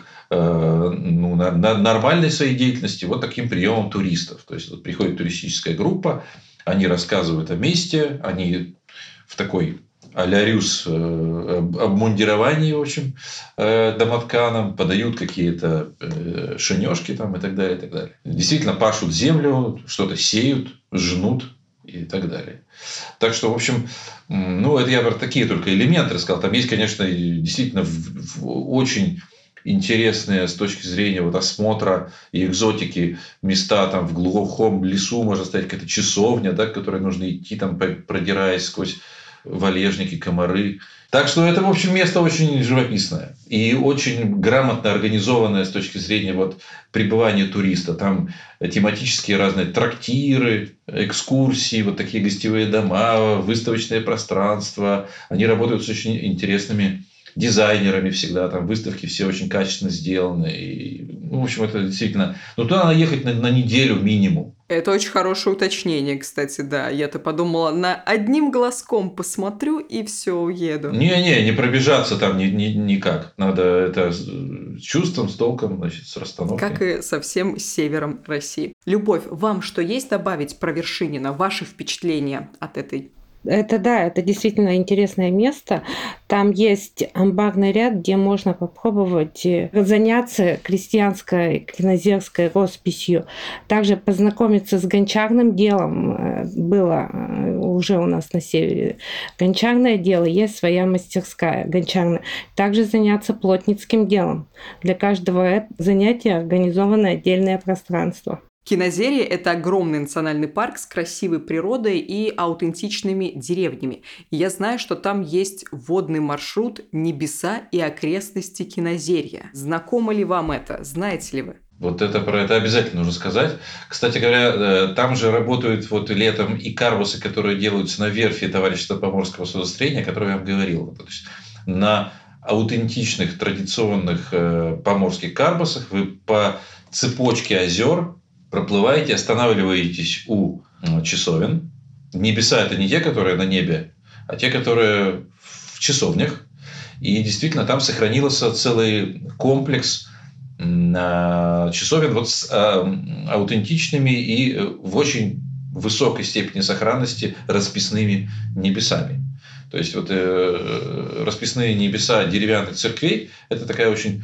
ну, нормальной своей деятельности, вот таким приемом туристов. То есть вот приходит туристическая группа, они рассказывают о месте, они в такой а-ля рюс обмундировании, в общем, домотканом, подают какие-то шинёшки там и так далее, и так далее. Действительно пашут землю, что-то сеют, жнут и так далее. Так что, в общем, ну, это я про такие только элементы рассказал. Там есть, конечно, действительно очень интересные с точки зрения вот осмотра и экзотики места там в глухом лесу, можно сказать, какая-то часовня, да, к которой нужно идти, там, продираясь сквозь валежники, комары. Так что это, в общем, место очень живописное и очень грамотно организованное с точки зрения вот пребывания туриста. Там тематические разные трактиры, экскурсии, вот такие гостевые дома, выставочные пространства. Они работают с очень интересными дизайнерами всегда, там выставки все очень качественно сделаны. И, ну, в общем, это действительно... Ну, туда надо ехать на, на неделю минимум. Это очень хорошее уточнение, кстати, да. Я-то подумала, на одним глазком посмотрю и все, уеду. Не-не, не пробежаться там ни, ни, никак. Надо это с чувством, с толком, значит, с расстановкой. Как и со всем севером России. Любовь, вам что есть добавить про Вершинина? Ваши впечатления от этой? Это да, это действительно интересное место. Там есть амбарный ряд, где можно попробовать заняться крестьянской кинозерской росписью. Также познакомиться с гончарным делом. Было уже у нас на севере гончарное дело, есть своя мастерская гончарная. Также заняться плотницким делом. Для каждого занятия организовано отдельное пространство. Кинозерия – это огромный национальный парк с красивой природой и аутентичными деревнями. И я знаю, что там есть водный маршрут «Небеса и окрестности Кинозерья». Знакомо ли вам это? Знаете ли вы? Вот это про это обязательно нужно сказать. Кстати говоря, там же работают вот летом и карбусы, которые делаются на верфи товарищества Поморского судостроения, о котором я вам говорил. То есть на аутентичных традиционных поморских карбусах вы по цепочке озер проплываете, останавливаетесь у часовен. Небеса – это не те, которые на небе, а те, которые в часовнях. И действительно там сохранился целый комплекс часовен вот с аутентичными и в очень высокой степени сохранности расписными небесами. То есть вот расписные небеса деревянных церквей – это такая очень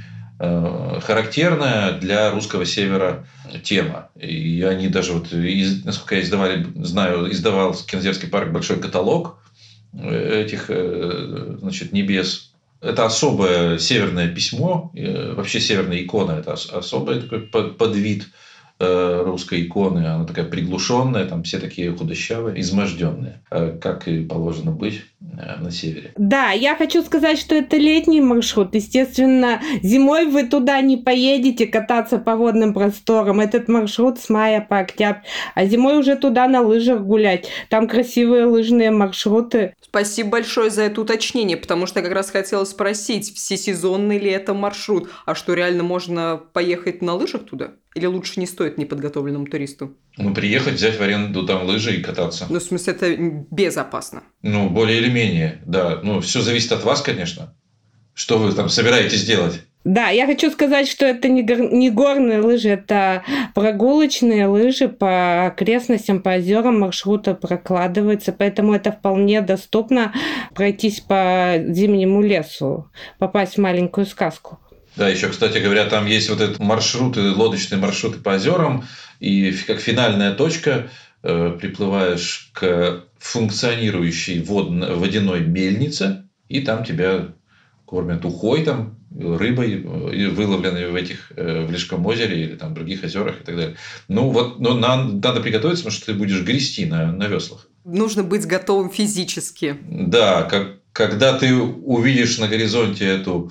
характерная для русского севера тема. И они даже, вот, насколько я издавали, знаю, издавал Кинозерский парк большой каталог этих, значит, небес. Это особое северное письмо, вообще северная икона – это особый такой подвид русской иконы. Она такая приглушенная, там все такие худощавые, изможденные, как и положено быть на севере. Да, я хочу сказать, что это летний маршрут. Естественно, зимой вы туда не поедете кататься по водным просторам. Этот маршрут с мая по октябрь. А зимой уже туда на лыжах гулять. Там красивые лыжные маршруты. Спасибо большое за это уточнение, потому что я как раз хотела спросить, всесезонный ли это маршрут? А что, реально можно поехать на лыжах туда? Или лучше не стоит неподготовленному туристу? Ну, приехать, взять в аренду там лыжи и кататься. Ну, в смысле, это безопасно? Ну, более или менее, да. Ну, все зависит от вас, конечно. Что вы там собираетесь делать? Да, я хочу сказать, что это не, гор... не горные лыжи, это прогулочные лыжи по окрестностям, по озерам маршрута прокладываются, поэтому это вполне доступно пройтись по зимнему лесу, попасть в маленькую сказку. Да, еще, кстати говоря, там есть вот этот маршруты, лодочные маршруты по озерам, и как финальная точка э, приплываешь к функционирующей водно- водяной мельнице, и там тебя кормят ухой, там, рыбой, выловленной в этих в Лешком озере или там других озерах и так далее. Ну вот, но нам надо приготовиться, потому что ты будешь грести на, на веслах. Нужно быть готовым физически. Да, как, когда ты увидишь на горизонте эту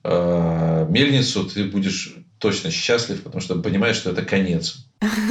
э, мельницу, ты будешь точно счастлив, потому что понимаешь, что это конец.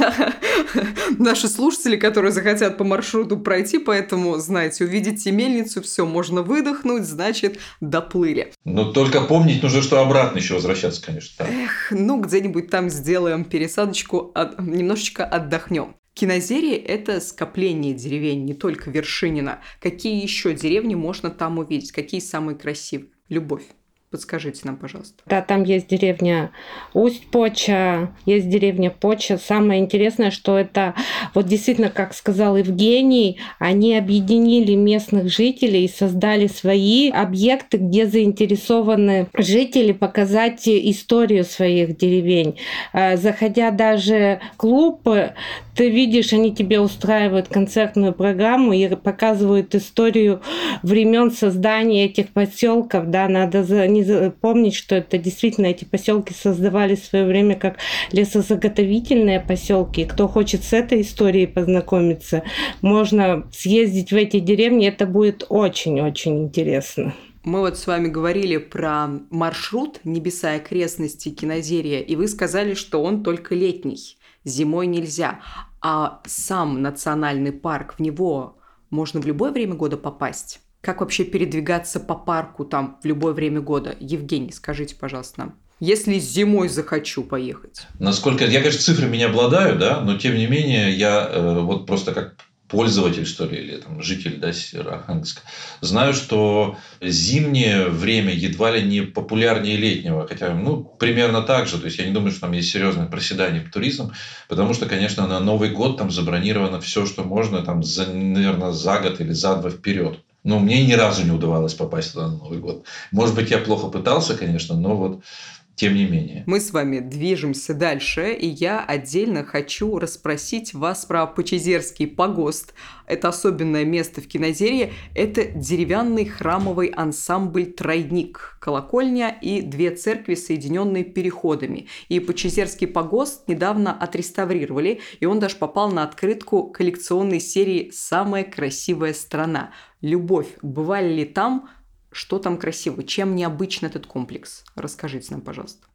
Наши слушатели, которые захотят по маршруту пройти, поэтому, знаете, увидите мельницу, все, можно выдохнуть, значит, доплыли. Но только помнить нужно, что обратно еще возвращаться, конечно. Да. Эх, ну, где-нибудь там сделаем пересадочку, от... немножечко отдохнем. Кинозерия – это скопление деревень, не только Вершинина. Какие еще деревни можно там увидеть? Какие самые красивые? Любовь. Подскажите нам, пожалуйста. Да, там есть деревня Усть-Поча, есть деревня Поча. Самое интересное, что это, вот действительно, как сказал Евгений, они объединили местных жителей и создали свои объекты, где заинтересованы жители показать историю своих деревень. Заходя даже в клуб, ты видишь, они тебе устраивают концертную программу и показывают историю времен создания этих поселков. Да, надо не помнить, что это действительно эти поселки создавались в свое время как лесозаготовительные поселки. Кто хочет с этой историей познакомиться, можно съездить в эти деревни, это будет очень-очень интересно. Мы вот с вами говорили про маршрут «Небеса и окрестности» Кинозерия, и вы сказали, что он только летний, зимой нельзя. А сам национальный парк, в него можно в любое время года попасть? Как вообще передвигаться по парку там в любое время года? Евгений, скажите, пожалуйста, нам. Если зимой захочу поехать. Насколько... Я, конечно, цифрами не обладаю, да, но тем не менее, я э, вот просто как пользователь, что ли, или там, житель, да, Архангельска, знаю, что зимнее время едва ли не популярнее летнего. Хотя, ну, примерно так же. То есть, я не думаю, что там есть серьезное проседание по туризму, потому что, конечно, на Новый год там забронировано все, что можно, там, за, наверное, за год или за два вперед. Но мне ни разу не удавалось попасть туда на Новый год. Может быть, я плохо пытался, конечно, но вот тем не менее. Мы с вами движемся дальше, и я отдельно хочу расспросить вас про Почезерский погост. Это особенное место в Кинозерии. Это деревянный храмовый ансамбль «Тройник», колокольня и две церкви, соединенные переходами. И Почезерский погост недавно отреставрировали, и он даже попал на открытку коллекционной серии «Самая красивая страна». Любовь, бывали ли там? Что там красиво? Чем необычен этот комплекс? Расскажите нам, пожалуйста.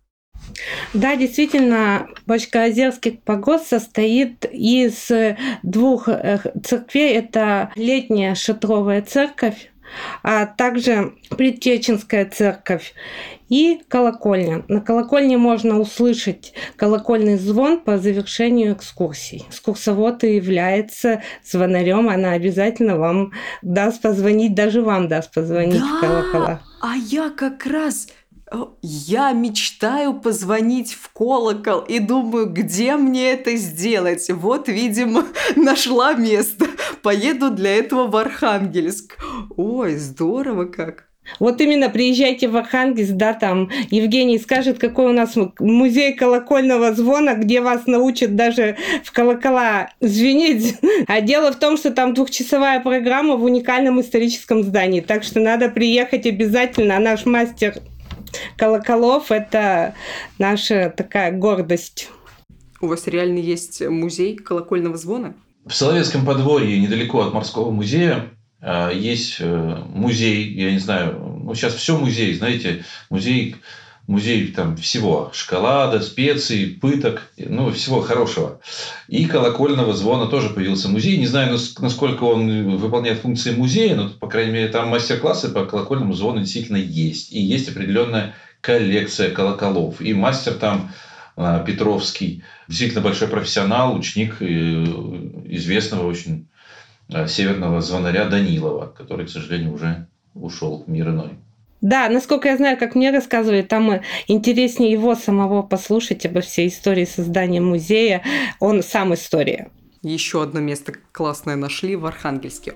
Да, действительно, Башкирозерский погост состоит из двух церквей. Это летняя шатровая церковь, а также Предтеченская церковь и колокольня. На колокольне можно услышать колокольный звон по завершению экскурсий. Экскурсовод является звонарем, она обязательно вам даст позвонить, даже вам даст позвонить да, в колокола. А я как раз... Я мечтаю позвонить в колокол и думаю, где мне это сделать. Вот, видимо, нашла место. Поеду для этого в Архангельск. Ой, здорово как. Вот именно приезжайте в Архангельск, да, там Евгений скажет, какой у нас музей колокольного звона, где вас научат даже в колокола звенеть. А дело в том, что там двухчасовая программа в уникальном историческом здании. Так что надо приехать обязательно. А наш мастер колоколов – это наша такая гордость. У вас реально есть музей колокольного звона? В Соловецком подворье, недалеко от морского музея, есть музей, я не знаю, ну сейчас все музей, знаете, музей, музей там всего, шоколада, специй, пыток, ну всего хорошего. И колокольного звона тоже появился музей. Не знаю, насколько он выполняет функции музея, но, по крайней мере, там мастер-классы по колокольному звону действительно есть. И есть определенная коллекция колоколов. И мастер там Петровский, действительно большой профессионал, ученик известного очень северного звонаря Данилова, который, к сожалению, уже ушел в мир иной. Да, насколько я знаю, как мне рассказывали, там интереснее его самого послушать обо всей истории создания музея. Он сам история. Еще одно место классное нашли в Архангельске.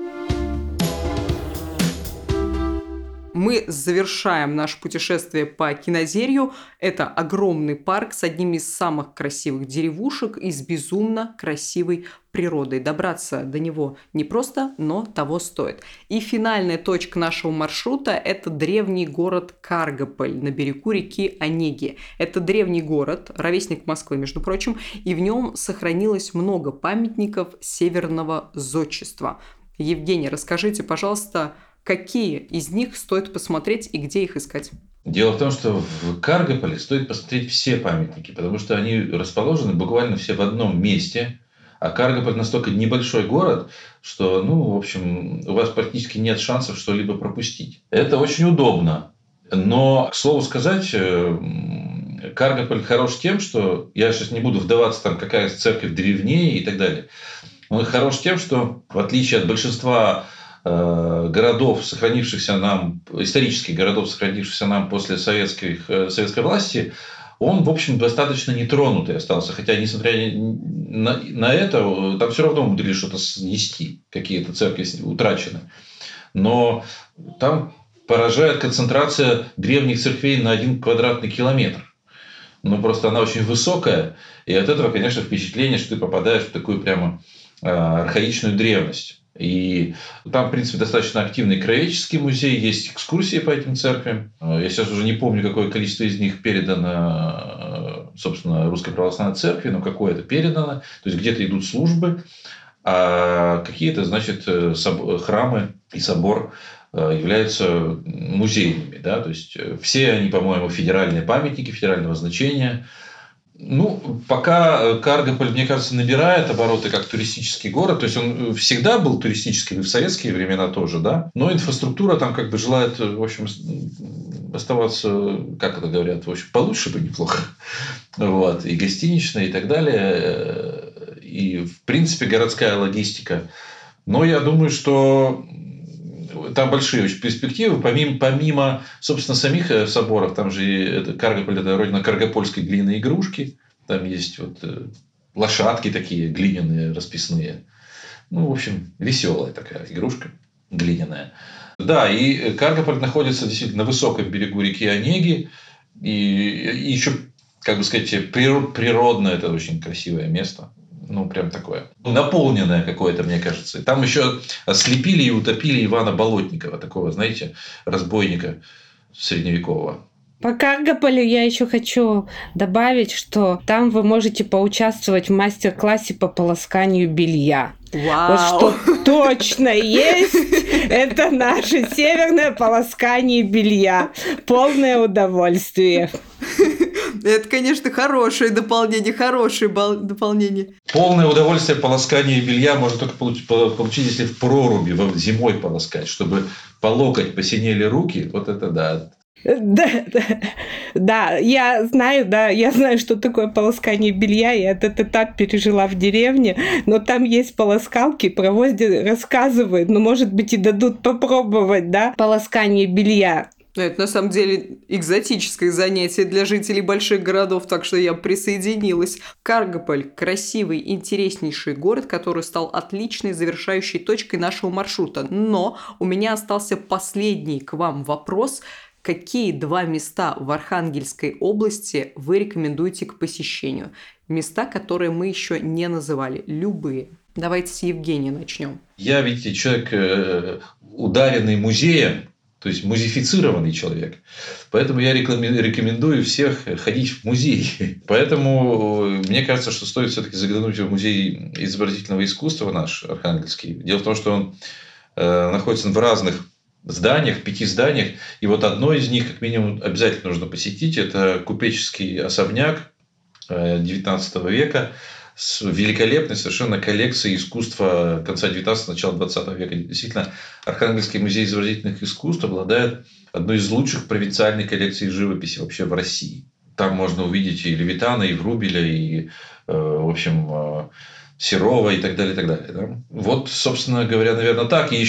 Мы завершаем наше путешествие по Кинозерью. Это огромный парк с одними из самых красивых деревушек и с безумно красивой природой. Добраться до него непросто, но того стоит. И финальная точка нашего маршрута – это древний город Каргополь на берегу реки Онеги. Это древний город, ровесник Москвы, между прочим, и в нем сохранилось много памятников северного зодчества. Евгений, расскажите, пожалуйста, какие из них стоит посмотреть и где их искать? Дело в том, что в Каргополе стоит посмотреть все памятники, потому что они расположены буквально все в одном месте. А Каргополь настолько небольшой город, что, ну, в общем, у вас практически нет шансов что-либо пропустить. Это очень удобно. Но, к слову сказать, Каргополь хорош тем, что... Я сейчас не буду вдаваться, там, какая церковь древнее и так далее. Он хорош тем, что, в отличие от большинства городов, сохранившихся нам, исторических городов, сохранившихся нам после советской, советской власти, он, в общем, достаточно нетронутый остался. Хотя, несмотря на, на это, там все равно умудрились что-то снести, какие-то церкви утрачены. Но там поражает концентрация древних церквей на один квадратный километр. Ну, просто она очень высокая, и от этого, конечно, впечатление, что ты попадаешь в такую прямо архаичную древность. И там, в принципе, достаточно активный краеведческий музей, есть экскурсии по этим церквям. Я сейчас уже не помню, какое количество из них передано, собственно, Русской Православной Церкви, но какое-то передано. То есть, где-то идут службы, а какие-то, значит, храмы и собор являются музейными. Да? То есть, все они, по-моему, федеральные памятники, федерального значения. Ну, пока Каргополь, мне кажется, набирает обороты как туристический город, то есть он всегда был туристическим и в советские времена тоже, да, но инфраструктура там как бы желает, в общем, оставаться, как это говорят, в общем, получше бы неплохо, вот, и гостиничная и так далее, и, в принципе, городская логистика. Но я думаю, что там большие очень перспективы, помимо, помимо, собственно, самих соборов, там же это, Каргополь – это родина каргопольской глиняной игрушки, там есть вот лошадки такие глиняные, расписные. Ну, в общем, веселая такая игрушка глиняная. Да, и Каргополь находится действительно на высоком берегу реки Онеги, и, и еще, как бы сказать, природное, это очень красивое место. Ну, прям такое. Наполненное какое-то, мне кажется. Там еще слепили и утопили Ивана Болотникова, такого, знаете, разбойника средневекового. По Каргополю я еще хочу добавить, что там вы можете поучаствовать в мастер-классе по полосканию белья. Вау! Вот что точно есть, это наше северное полоскание белья. Полное удовольствие. Это, конечно, хорошее дополнение, хорошее бал- дополнение. Полное удовольствие полоскания белья можно только получить, получить, если в проруби зимой полоскать, чтобы по локоть посинели руки. Вот это да. Да, да, да, я знаю, да, я знаю, что такое полоскание белья, я этот этап пережила в деревне, но там есть полоскалки, проводят, рассказывают, ну, может быть, и дадут попробовать, да, полоскание белья. Это, на самом деле, экзотическое занятие для жителей больших городов, так что я присоединилась. Каргополь – красивый, интереснейший город, который стал отличной завершающей точкой нашего маршрута. Но у меня остался последний к вам вопрос. Какие два места в Архангельской области вы рекомендуете к посещению? Места, которые мы еще не называли. Любые. Давайте с Евгения начнем. Я, видите, человек, э, ударенный музеем, то есть музифицированный человек. Поэтому я рекомендую всех ходить в музей. Поэтому мне кажется, что стоит все-таки заглянуть в музей изобразительного искусства наш архангельский. Дело в том, что он э, находится в разных зданиях, в пяти зданиях. И вот одно из них, как минимум, обязательно нужно посетить. Это купеческий особняк девятнадцатого века с великолепной совершенно коллекцией искусства конца девятнадцатого, начала двадцатого века. Действительно, Архангельский музей изобразительных искусств обладает одной из лучших провинциальной коллекций живописи вообще в России. Там можно увидеть и Левитана, и Врубеля, и, в общем, Серова и так далее, и так далее. Да? Вот, собственно говоря, наверное, так. И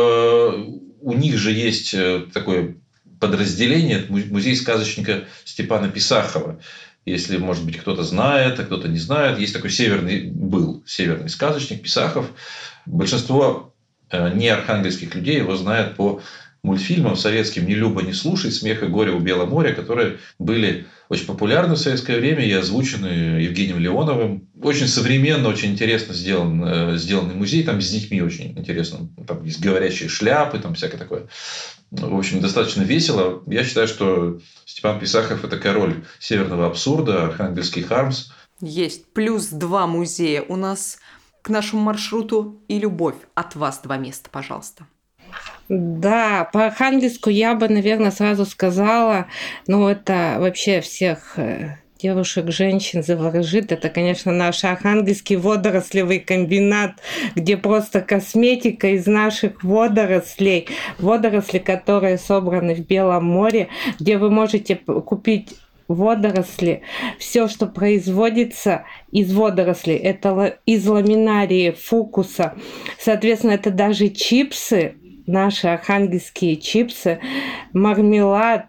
еще у них же есть такое подразделение, музей сказочника Степана Писахова. Если, может быть, кто-то знает, а кто-то не знает. Есть такой северный, был северный сказочник Писахов. Большинство не архангельских людей его знают по мультфильмам советским «Ни люба, ни слушай», «Смех и горе у Белого моря», которые были очень популярны в советское время и озвучены Евгением Леоновым. Очень современно, очень интересно сделан, сделанный музей. Там с детьми очень интересно. Там есть говорящие шляпы, там всякое такое. В общем, достаточно весело. Я считаю, что Степан Писахов – это король северного абсурда, архангельский Хармс. Есть. Плюс два музея у нас к нашему маршруту и любовь. От вас два места, пожалуйста. Да, по Архангельску я бы, наверное, сразу сказала, ну, это вообще всех девушек, женщин заворожит. Это, конечно, наш Архангельский водорослевый комбинат, где просто косметика из наших водорослей. Водоросли, которые собраны в Белом море, где вы можете купить водоросли, все, что производится из водорослей, это из ламинарии, фукуса. Соответственно, это даже чипсы, наши архангельские чипсы, мармелад,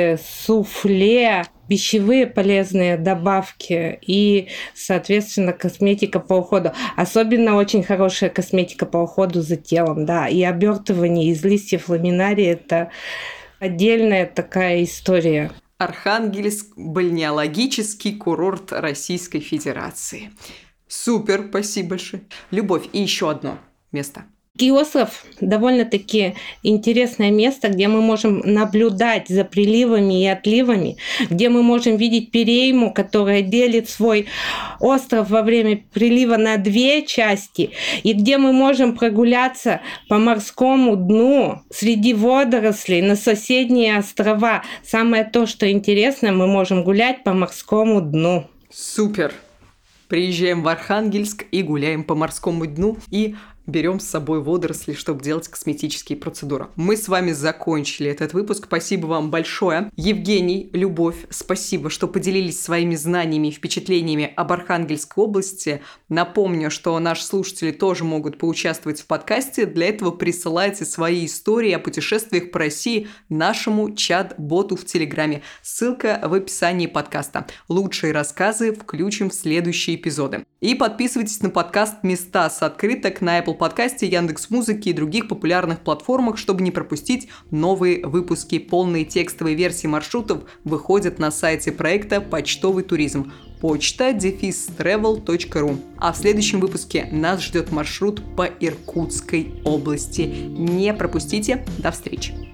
суфле, пищевые полезные добавки и, соответственно, косметика по уходу. Особенно очень хорошая косметика по уходу за телом, да, и обертывание из листьев ламинарии – это отдельная такая история. Архангельск – бальнеологический курорт Российской Федерации. Супер, спасибо большое. Любовь, и еще одно место. Остров довольно-таки интересное место, где мы можем наблюдать за приливами и отливами, где мы можем видеть Перейму, которая делит свой остров во время прилива на две части, и где мы можем прогуляться по морскому дну среди водорослей на соседние острова. Самое то, что интересно, мы можем гулять по морскому дну. Супер! Приезжаем в Архангельск и гуляем по морскому дну и берем с собой водоросли, чтобы делать косметические процедуры. Мы с вами закончили этот выпуск. Спасибо вам большое. Евгений, Любовь, спасибо, что поделились своими знаниями и впечатлениями об Архангельской области. Напомню, что наши слушатели тоже могут поучаствовать в подкасте. Для этого присылайте свои истории о путешествиях по России нашему чат-боту в Телеграме. Ссылка в описании подкаста. Лучшие рассказы включим в следующие эпизоды. И подписывайтесь на подкаст «Места с открыток» на Apple подкасте, Яндекс.Музыке и других популярных платформах, чтобы не пропустить новые выпуски. Полные текстовые версии маршрутов выходят на сайте проекта «Почтовый туризм» почта дефис тревел точка ру. А в следующем выпуске нас ждет маршрут по Иркутской области. Не пропустите. До встречи!